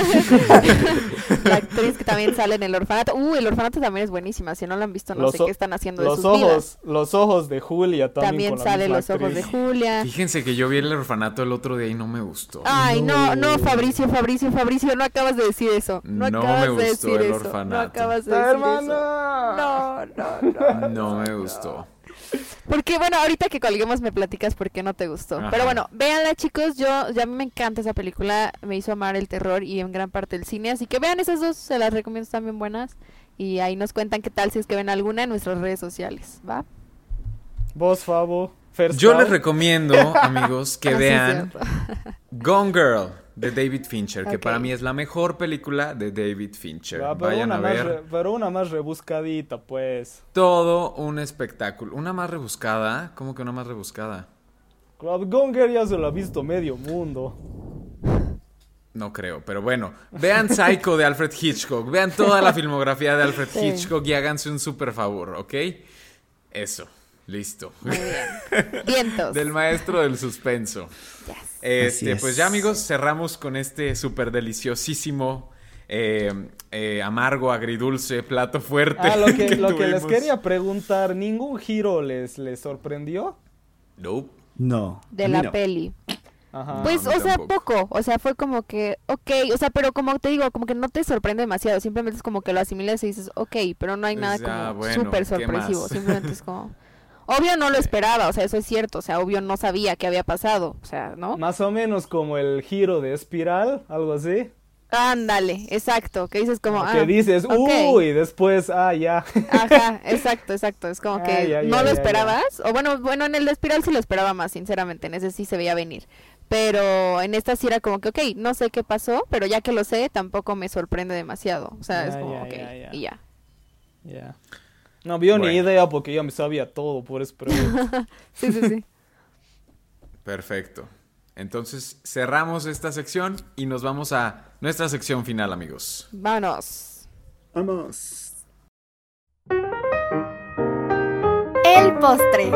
S1: La actriz que también sale en El Orfanato. Uh, El Orfanato también es buenísima. Si no la han visto, no
S4: Los
S1: sé
S4: o-
S1: qué están haciendo de
S4: Los
S1: sus vidas.
S4: ojos, los ojos de Julia también,
S1: También
S4: con la
S1: sale
S4: misma
S1: Los ojos de
S4: actriz.
S1: Julia.
S2: Fíjense que yo vi el orfanato el otro día y no me gustó.
S1: Ay, no, no,
S4: No.
S1: Fabricio, Fabricio, Fabricio, no acabas de decir eso. No,
S2: No
S1: acabas
S2: me
S1: de
S2: gustó
S1: decir
S2: El
S1: eso.
S2: Orfanato.
S1: No acabas de
S4: ¡Ta
S1: decir
S4: hermana!
S1: eso. No, no, no.
S2: No me gustó.
S1: Porque bueno, ahorita que colguemos me platicas por qué no te gustó.
S2: Ajá.
S1: Pero bueno, véanla, chicos. Yo, ya a mí me encanta esa película. Me hizo amar el terror y en gran parte el cine. Así que vean esas dos, se las recomiendo, están bien buenas. Y ahí nos cuentan qué tal si es que ven alguna en nuestras redes sociales, ¿va?
S4: Vos, Fabo. First
S2: Yo
S4: Out.
S2: les recomiendo, amigos, que
S1: Ah, sí,
S2: vean
S1: cierto.
S2: Gone Girl de David Fincher, que
S1: Ok.
S2: para mí es la mejor película de David Fincher.
S4: Ah, pero,
S2: Vayan
S4: una
S2: a
S4: más
S2: ver
S4: re- pero una más rebuscadita, pues.
S2: todo un espectáculo. Una más rebuscada, ¿cómo que una más rebuscada?
S4: Club Gonger ya se lo ha visto medio mundo.
S2: No creo, pero bueno, vean Psycho de Alfred Hitchcock, vean toda la filmografía de Alfred
S1: Sí.
S2: Hitchcock y háganse un super favor, ¿ok? Eso, listo.
S1: Muy bien. Vientos.
S2: Del maestro del suspenso.
S1: Yes.
S2: Este,
S3: Así
S2: pues
S3: es.
S2: ya amigos, cerramos con este súper deliciosísimo, eh, eh, amargo, agridulce, plato fuerte.
S4: Ah, lo que, lo que les
S2: tuvimos.
S4: quería preguntar, ¿ningún giro les, les sorprendió?
S2: Nope.
S3: No.
S1: De
S3: a mí
S1: la
S3: no.
S1: peli.
S4: Ajá.
S1: Pues,
S2: a mí
S1: o sea,
S2: tampoco.
S1: poco, o sea, fue como que, ok, o sea, pero como te digo, como que no te sorprende demasiado, simplemente es como que lo asimilas y dices, ok, pero no hay nada
S2: Pues ya,
S1: como
S2: bueno,
S1: súper
S2: ¿qué
S1: sorpresivo,
S2: más?
S1: simplemente es como, obvio no lo esperaba, o sea, eso es cierto, o sea, obvio no sabía qué había pasado, o sea, ¿no?
S4: Más o menos como el giro de espiral, algo así.
S1: Ándale, exacto, que dices como, ah,
S4: que dices,
S1: ok.
S4: uy, después, ah, ya.
S1: Ajá, exacto, exacto, es como
S4: Ah,
S1: que
S4: ya,
S1: no
S4: ya,
S1: lo
S4: ya,
S1: esperabas, o bueno, bueno, en el de espiral sí lo esperaba más, sinceramente, en ese sí se veía venir, pero en esta sí era como que, ok, no sé qué pasó, pero ya que lo sé, tampoco me sorprende demasiado, o sea, es
S4: Ya,
S1: como,
S4: ya,
S1: ok,
S4: ya, ya.
S1: y ya.
S4: Ya. No vio ni
S2: Bueno.
S4: idea porque ya me sabía todo, por eso pregunto.
S1: Sí, sí, sí.
S2: Perfecto. Entonces cerramos esta sección y nos vamos a nuestra sección final, amigos.
S1: Vámonos.
S3: Vamos.
S1: El postre.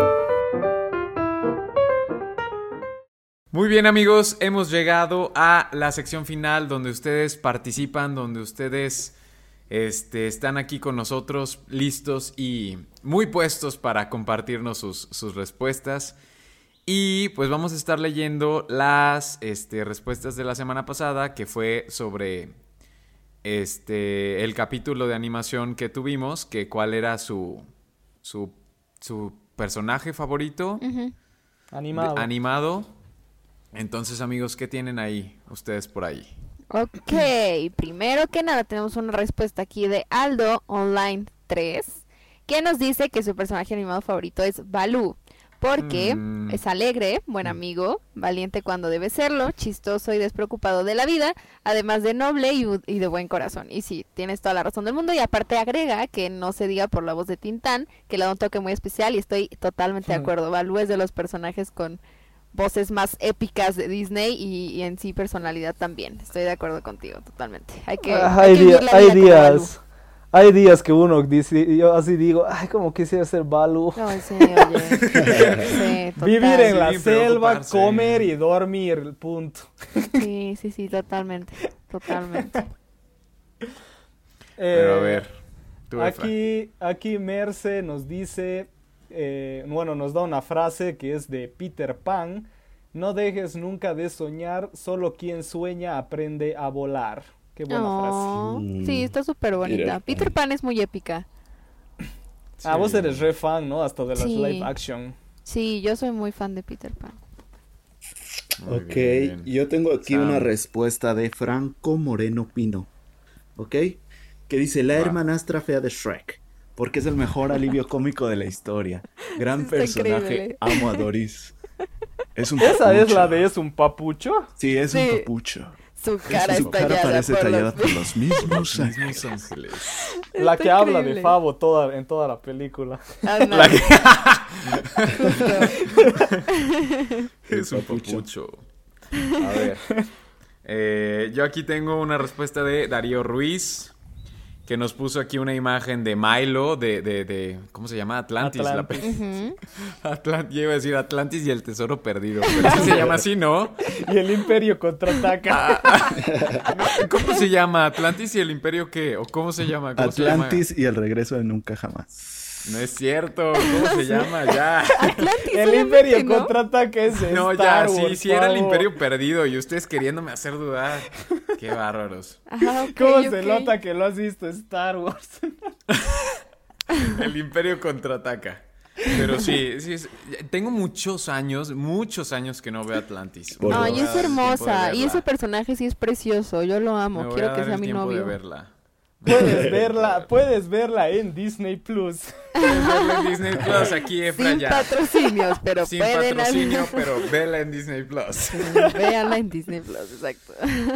S2: Muy bien, amigos, hemos llegado a la sección final donde ustedes participan, donde ustedes este, están aquí con nosotros, listos y muy puestos para compartirnos sus, sus respuestas. Y pues vamos a estar leyendo las este, respuestas de la semana pasada, que fue sobre este, el capítulo de animación que tuvimos, que cuál era su, su, su personaje favorito
S1: Ujú.
S4: Animado.
S2: de- animado. Entonces, amigos, ¿qué tienen ahí ustedes por ahí?
S1: Ok, primero que nada tenemos una respuesta aquí de Aldo Online tres, que nos dice que su personaje animado favorito es Balú, porque
S2: Mm.
S1: es alegre, buen amigo, valiente cuando debe serlo, chistoso y despreocupado de la vida, además de noble y, u- y de buen corazón. Y sí, tienes toda la razón del mundo, y aparte agrega que no se diga por la voz de Tintán, que le da un toque muy especial, y estoy totalmente de
S4: Mm.
S1: acuerdo. Balú es de los personajes con voces más épicas de Disney y, y en sí personalidad también. Estoy de acuerdo contigo, totalmente. Hay que,
S4: Ah,
S1: hay
S4: hay,
S1: que
S4: día-
S1: vivir la
S4: hay
S1: vida como Balú.
S4: días, hay días que uno dice, yo así digo, ay, como quisiera ser Balú.
S1: No, sí, oye. Sí, total.
S4: Vivir en la
S2: Sí,
S4: selva,
S2: preocuparse.
S4: comer y dormir, punto.
S1: Sí, sí, sí, totalmente. Totalmente.
S2: Pero a
S4: Eh,
S2: ver, tú, Efra.
S4: Aquí, aquí Merce nos dice, eh, bueno, nos da una frase que es de Peter Pan: no dejes nunca de soñar, solo quien sueña aprende a volar. Qué buena frase.
S1: Oh,
S3: Mm.
S1: sí, está súper bonita.
S3: Peter Pan.
S1: Peter Pan es muy épica.
S4: Ah, vos
S2: Sí.
S4: eres re fan, ¿no? Hasta de las
S1: Sí.
S4: live action.
S1: Sí, yo soy muy fan de Peter Pan.
S2: Muy
S3: Ok,
S2: bien.
S3: yo tengo aquí
S2: Sam.
S3: una respuesta de Franco Moreno Pino. ¿Ok? Que dice la
S2: Va.
S3: hermanastra fea de Shrek. Porque es el mejor alivio cómico de la historia. Gran
S1: Está
S3: personaje.
S1: increíble.
S3: Amo a Doris. Es un
S4: ¿Esa es
S3: papucho.
S4: la de es un papucho?
S3: Sí, es
S1: Sí.
S3: un papucho.
S1: Su cara
S3: Su
S1: está
S3: cara
S1: tallada
S3: parece
S1: por
S3: tallada
S1: los...
S3: por los mismos ángeles.
S2: Mismos ángeles.
S4: La
S1: Está
S4: que habla de
S1: increíble.
S4: Favo toda, en toda la película.
S1: Ándale,
S2: La que-
S1: justo.
S2: Es un
S3: papucho.
S2: papucho. A ver. Eh, yo aquí tengo una respuesta de Darío Ruiz, que nos puso aquí una imagen de Milo, de, de, de ¿cómo se llama? Atlantis. La
S4: Atlantis.
S2: pe-
S1: Ujú.
S2: Atlant- yo iba a decir Atlantis y el tesoro perdido. Pero sí se llama así, ¿no?
S4: Y el Imperio contraataca.
S2: ¿Cómo se llama? ¿Atlantis y el imperio qué? ¿O cómo se llama? ¿Cómo se llama?
S3: Atlantis y el regreso de Nunca Jamás.
S2: No es cierto. ¿Cómo se llama? Ya.
S1: Atlantis,
S4: El
S1: obviamente,
S4: Imperio
S1: ¿no?
S4: contraataca es
S2: No,
S4: Star
S2: ya, sí,
S4: Wars,
S2: sí era el
S4: Favo.
S2: imperio perdido y ustedes queriéndome hacer dudar. Qué bárbaros.
S1: Ajá, ok,
S4: ¿Cómo
S1: ok.
S4: se nota que lo has visto Star Wars?
S2: El imperio contraataca. Pero sí, sí es- tengo muchos años, muchos años que no veo Atlantis.
S3: Por
S2: Me
S1: Ay,
S2: voy a
S1: es
S2: dar el tiempo de
S1: hermosa. Y ese
S2: verla.
S1: personaje sí es precioso. Yo lo
S2: Me
S1: amo.
S2: voy a
S1: Quiero que
S2: dar
S1: sea
S2: el
S1: mi
S2: tiempo de
S1: novio.
S2: verla.
S4: Puedes verla, puedes verla en Disney Plus.
S2: Puedes verla en Disney Plus, aquí Efra
S1: Sin
S2: ya.
S1: patrocinios, pero
S2: Sin
S1: pueden
S2: patrocinio, pero vela en Disney Plus.
S1: Véanla en Disney Plus, exacto.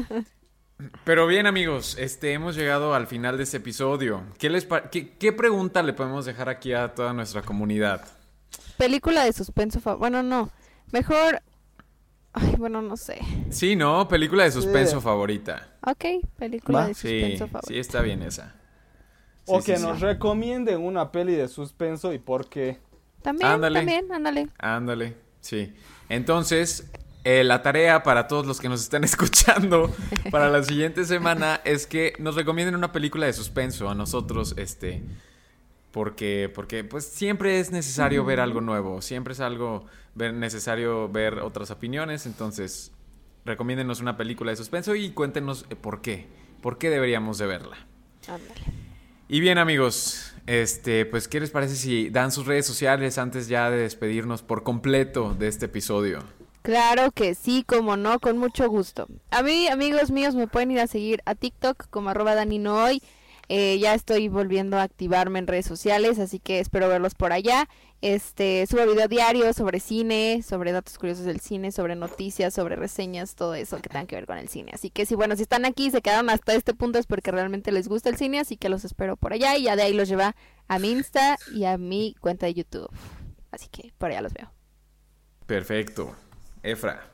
S2: Pero bien, amigos, este hemos llegado al final de este episodio. ¿Qué les pa- qué, qué pregunta le podemos dejar aquí a toda nuestra comunidad?
S1: Película de suspenso. fa- Bueno, no. Mejor. Ay, bueno, no sé.
S2: Sí, ¿no? Película de suspenso
S4: Sí.
S2: favorita.
S1: Ok, película
S3: Va.
S1: de
S2: Sí,
S1: suspenso
S2: sí
S1: favorita.
S2: está bien esa.
S4: O
S2: Sí,
S4: que
S2: sí,
S4: nos
S2: sí.
S4: recomienden una peli de suspenso y por qué.
S1: También,
S2: Ándale.
S1: también, ándale.
S2: Ándale, sí. Entonces, eh, la tarea para todos los que nos están escuchando para la siguiente semana es que nos recomienden una película de suspenso a nosotros, este, porque, porque pues siempre es necesario ver algo nuevo, siempre es algo ver, necesario ver otras opiniones, entonces recomiéndenos una película de suspenso y cuéntenos eh, por qué, por qué deberíamos de verla.
S1: Ándale.
S2: Y bien, amigos, este, pues, ¿qué les parece si dan sus redes sociales antes ya de despedirnos por completo de este episodio?
S1: Claro que sí, como no, con mucho gusto. A mí, amigos míos, me pueden ir a seguir a TikTok como arroba daninohoy. Eh, ya estoy volviendo a activarme en redes sociales, así que espero verlos por allá. Este, subo video diario sobre cine, sobre datos curiosos del cine, sobre noticias, sobre reseñas, todo eso que tenga que ver con el cine. Así que sí, bueno, si están aquí y se quedaron hasta este punto es porque realmente les gusta el cine, así que los espero por allá y ya de ahí los lleva a mi Insta y a mi cuenta de YouTube. Así que por allá los veo.
S2: Perfecto. Efra.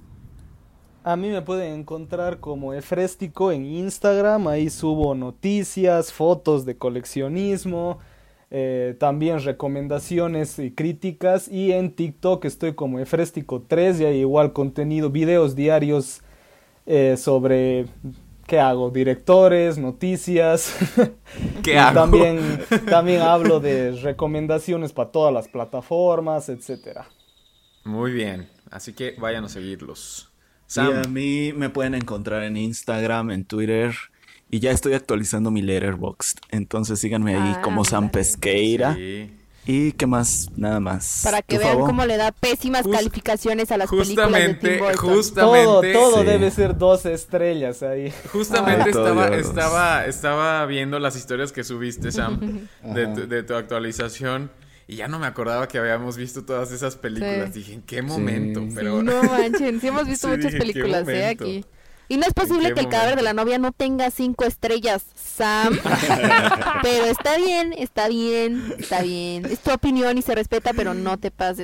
S4: A mí me pueden encontrar como Efréstico en Instagram, ahí subo noticias, fotos de coleccionismo, eh, también recomendaciones y críticas, y en TikTok estoy como Efréstico tres y hay igual contenido, videos diarios eh, sobre qué hago, directores, noticias.
S2: ¿Qué
S4: Y
S2: hago?
S4: También, también hablo de recomendaciones para todas las plataformas, etcétera.
S2: Muy bien. Así que vayan a seguirlos.
S3: Y
S2: Sam.
S3: a mí me pueden encontrar en Instagram, en Twitter. Y ya estoy actualizando mi Letterboxd. Entonces síganme ahí
S1: Ah,
S3: como Sam
S1: ándale.
S3: Pesqueira.
S2: Sí.
S3: ¿Y qué más? Nada más.
S1: Para que
S3: ¿Tú,
S1: vean
S3: Fabo?
S1: cómo le da pésimas
S2: Just-
S1: calificaciones a las películas de
S2: Justamente,
S1: Tim Burton.
S4: Todo,
S2: justamente,
S4: todo
S3: Sí.
S4: debe ser dos estrellas ahí.
S2: justamente
S3: Ay, todo
S2: estaba,
S3: Dios.
S2: estaba, estaba viendo las historias que subiste, Sam, de
S3: Ajá.
S2: tu, de tu actualización. Y ya no me acordaba que habíamos visto todas esas películas.
S1: Sí.
S2: Dije, ¿en qué momento?
S3: Sí.
S2: Pero
S1: Sí, no manchen, sí hemos visto
S2: Sí,
S1: muchas
S2: dije, ¿en qué
S1: películas, ¿eh?
S2: momento?
S1: Aquí. Y no es posible
S2: qué
S1: que el cadáver de
S2: momento?
S1: la novia no tenga cinco estrellas, Sam. Pero está bien, está bien, está bien. Es tu opinión y se respeta, pero no te pases.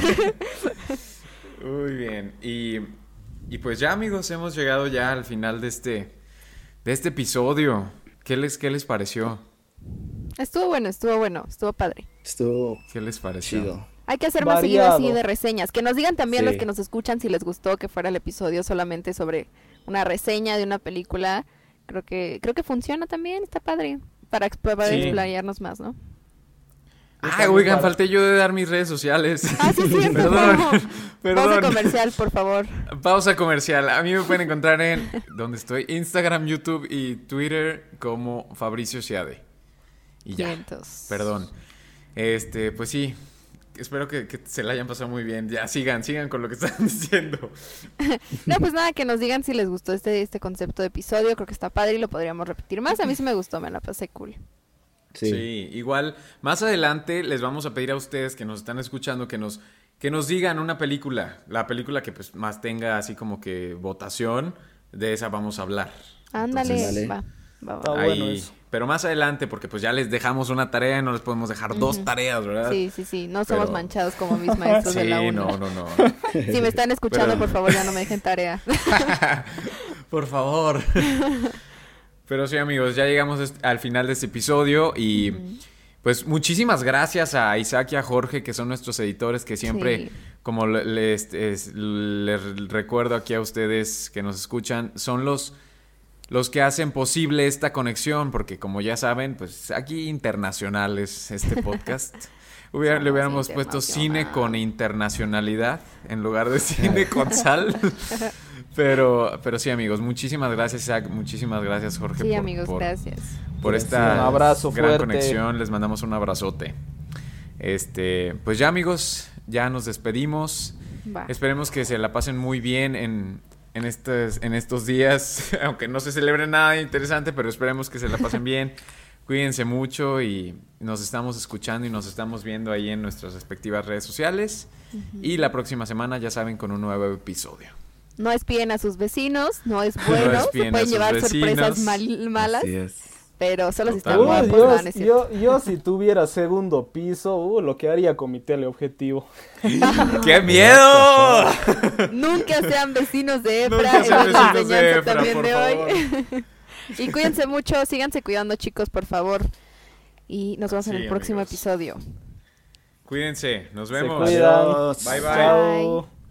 S2: muy bien. Y, y pues ya, amigos, hemos llegado ya al final de este, de este episodio. ¿Qué les, qué les pareció?
S1: Estuvo bueno, estuvo bueno, estuvo padre.
S3: Estuvo
S2: ¿Qué les pareció?
S3: chido.
S1: Hay que hacer más seguido
S4: Variado.
S1: así de reseñas. Que nos digan también
S3: Sí.
S1: los que nos escuchan si les gustó que fuera el episodio solamente sobre una reseña de una película. Creo que creo que funciona también, está padre. Para, exp- para
S2: Sí.
S1: explayarnos más, ¿no?
S2: Ay, oigan, falté yo de dar mis redes sociales.
S1: Ah, sí, es cierto.
S2: Perdón,
S1: Pausa
S2: perdón.
S1: comercial, por favor.
S2: Pausa comercial. A mí me pueden encontrar en donde estoy, Instagram, YouTube y Twitter como Fabricio Ciade. Y ya.
S1: Vientos.
S2: Perdón. Este, pues sí. Espero que, que se la hayan pasado muy bien. Ya, sigan, sigan con lo que están diciendo.
S1: No, pues nada, que nos digan si les gustó este, este concepto de episodio. Creo que está padre y lo podríamos repetir más. A mí sí me gustó, me la pasé cool.
S2: Sí. Igual, más adelante les vamos a pedir a ustedes que nos están escuchando que nos, que nos digan una película. La película que pues más tenga así como que votación, de esa vamos a hablar.
S1: Ándale,
S3: Entonces,
S1: va, va, va.
S4: Está
S2: Ahí-
S4: bueno eso.
S2: Pero más adelante, porque pues ya les dejamos una tarea y no les podemos dejar dos
S1: Ujú.
S2: tareas, ¿verdad?
S1: Sí, sí, sí, no somos
S2: Pero-
S1: manchados como mis maestros
S2: Sí,
S1: de la uno.
S2: no, no, no.
S1: Si me están escuchando,
S2: Pero-
S1: por favor, ya no me dejen tarea.
S2: Por favor. Pero sí, amigos, ya llegamos est- al final de este episodio y pues muchísimas gracias a Isaac y a Jorge, que son nuestros editores, que siempre,
S1: Sí.
S2: como le- les, es- les recuerdo aquí a ustedes que nos escuchan, son los, los que hacen posible esta conexión, porque como ya saben, pues aquí internacional es este podcast. Hubiera- le
S1: Somos
S2: hubiéramos puesto cine con internacionalidad en lugar de cine con sal. Pero, pero sí, amigos, muchísimas gracias, Isaac, muchísimas gracias, Jorge,
S1: Sí,
S2: por,
S1: amigos,
S2: por,
S1: gracias.
S2: por
S3: Gracias.
S2: esta
S4: Un abrazo
S2: gran
S4: fuerte.
S2: conexión. Les mandamos un abrazote. Este, pues ya, amigos, ya nos despedimos.
S1: Va.
S2: Esperemos que se la pasen muy bien en, en, estos, en estos días, aunque no se celebre nada interesante, pero esperemos que se la pasen bien. Cuídense mucho y nos estamos escuchando y nos estamos viendo ahí en nuestras respectivas redes sociales. Y la próxima semana, ya saben, con un nuevo episodio.
S1: No espíen a sus vecinos, no es bueno, se
S2: espíen a
S1: pueden
S2: sus
S1: llevar
S2: vecinos.
S1: sorpresas mal- malas,
S3: Así es.
S1: pero solo si están
S2: Total.
S4: Uy,
S1: guapos,
S4: yo,
S1: no, no es cierto.
S4: yo, yo si tuviera segundo piso, uh, lo que haría con mi teleobjetivo.
S2: ¡Qué miedo!
S1: Nunca sean vecinos de Efra,
S2: Nunca
S1: es
S2: sean
S1: la
S2: vecinos de
S1: enseñanza
S2: Efra,
S1: también
S2: por
S1: de
S2: favor.
S1: hoy. Y cuídense mucho, síganse cuidando, chicos, por favor. Y nos vemos en
S2: Sí,
S1: el próximo
S2: amigos.
S1: episodio.
S2: Cuídense, nos
S4: Se
S2: vemos.
S4: cuidan.
S3: Adiós.
S2: Bye, bye.
S4: Chao.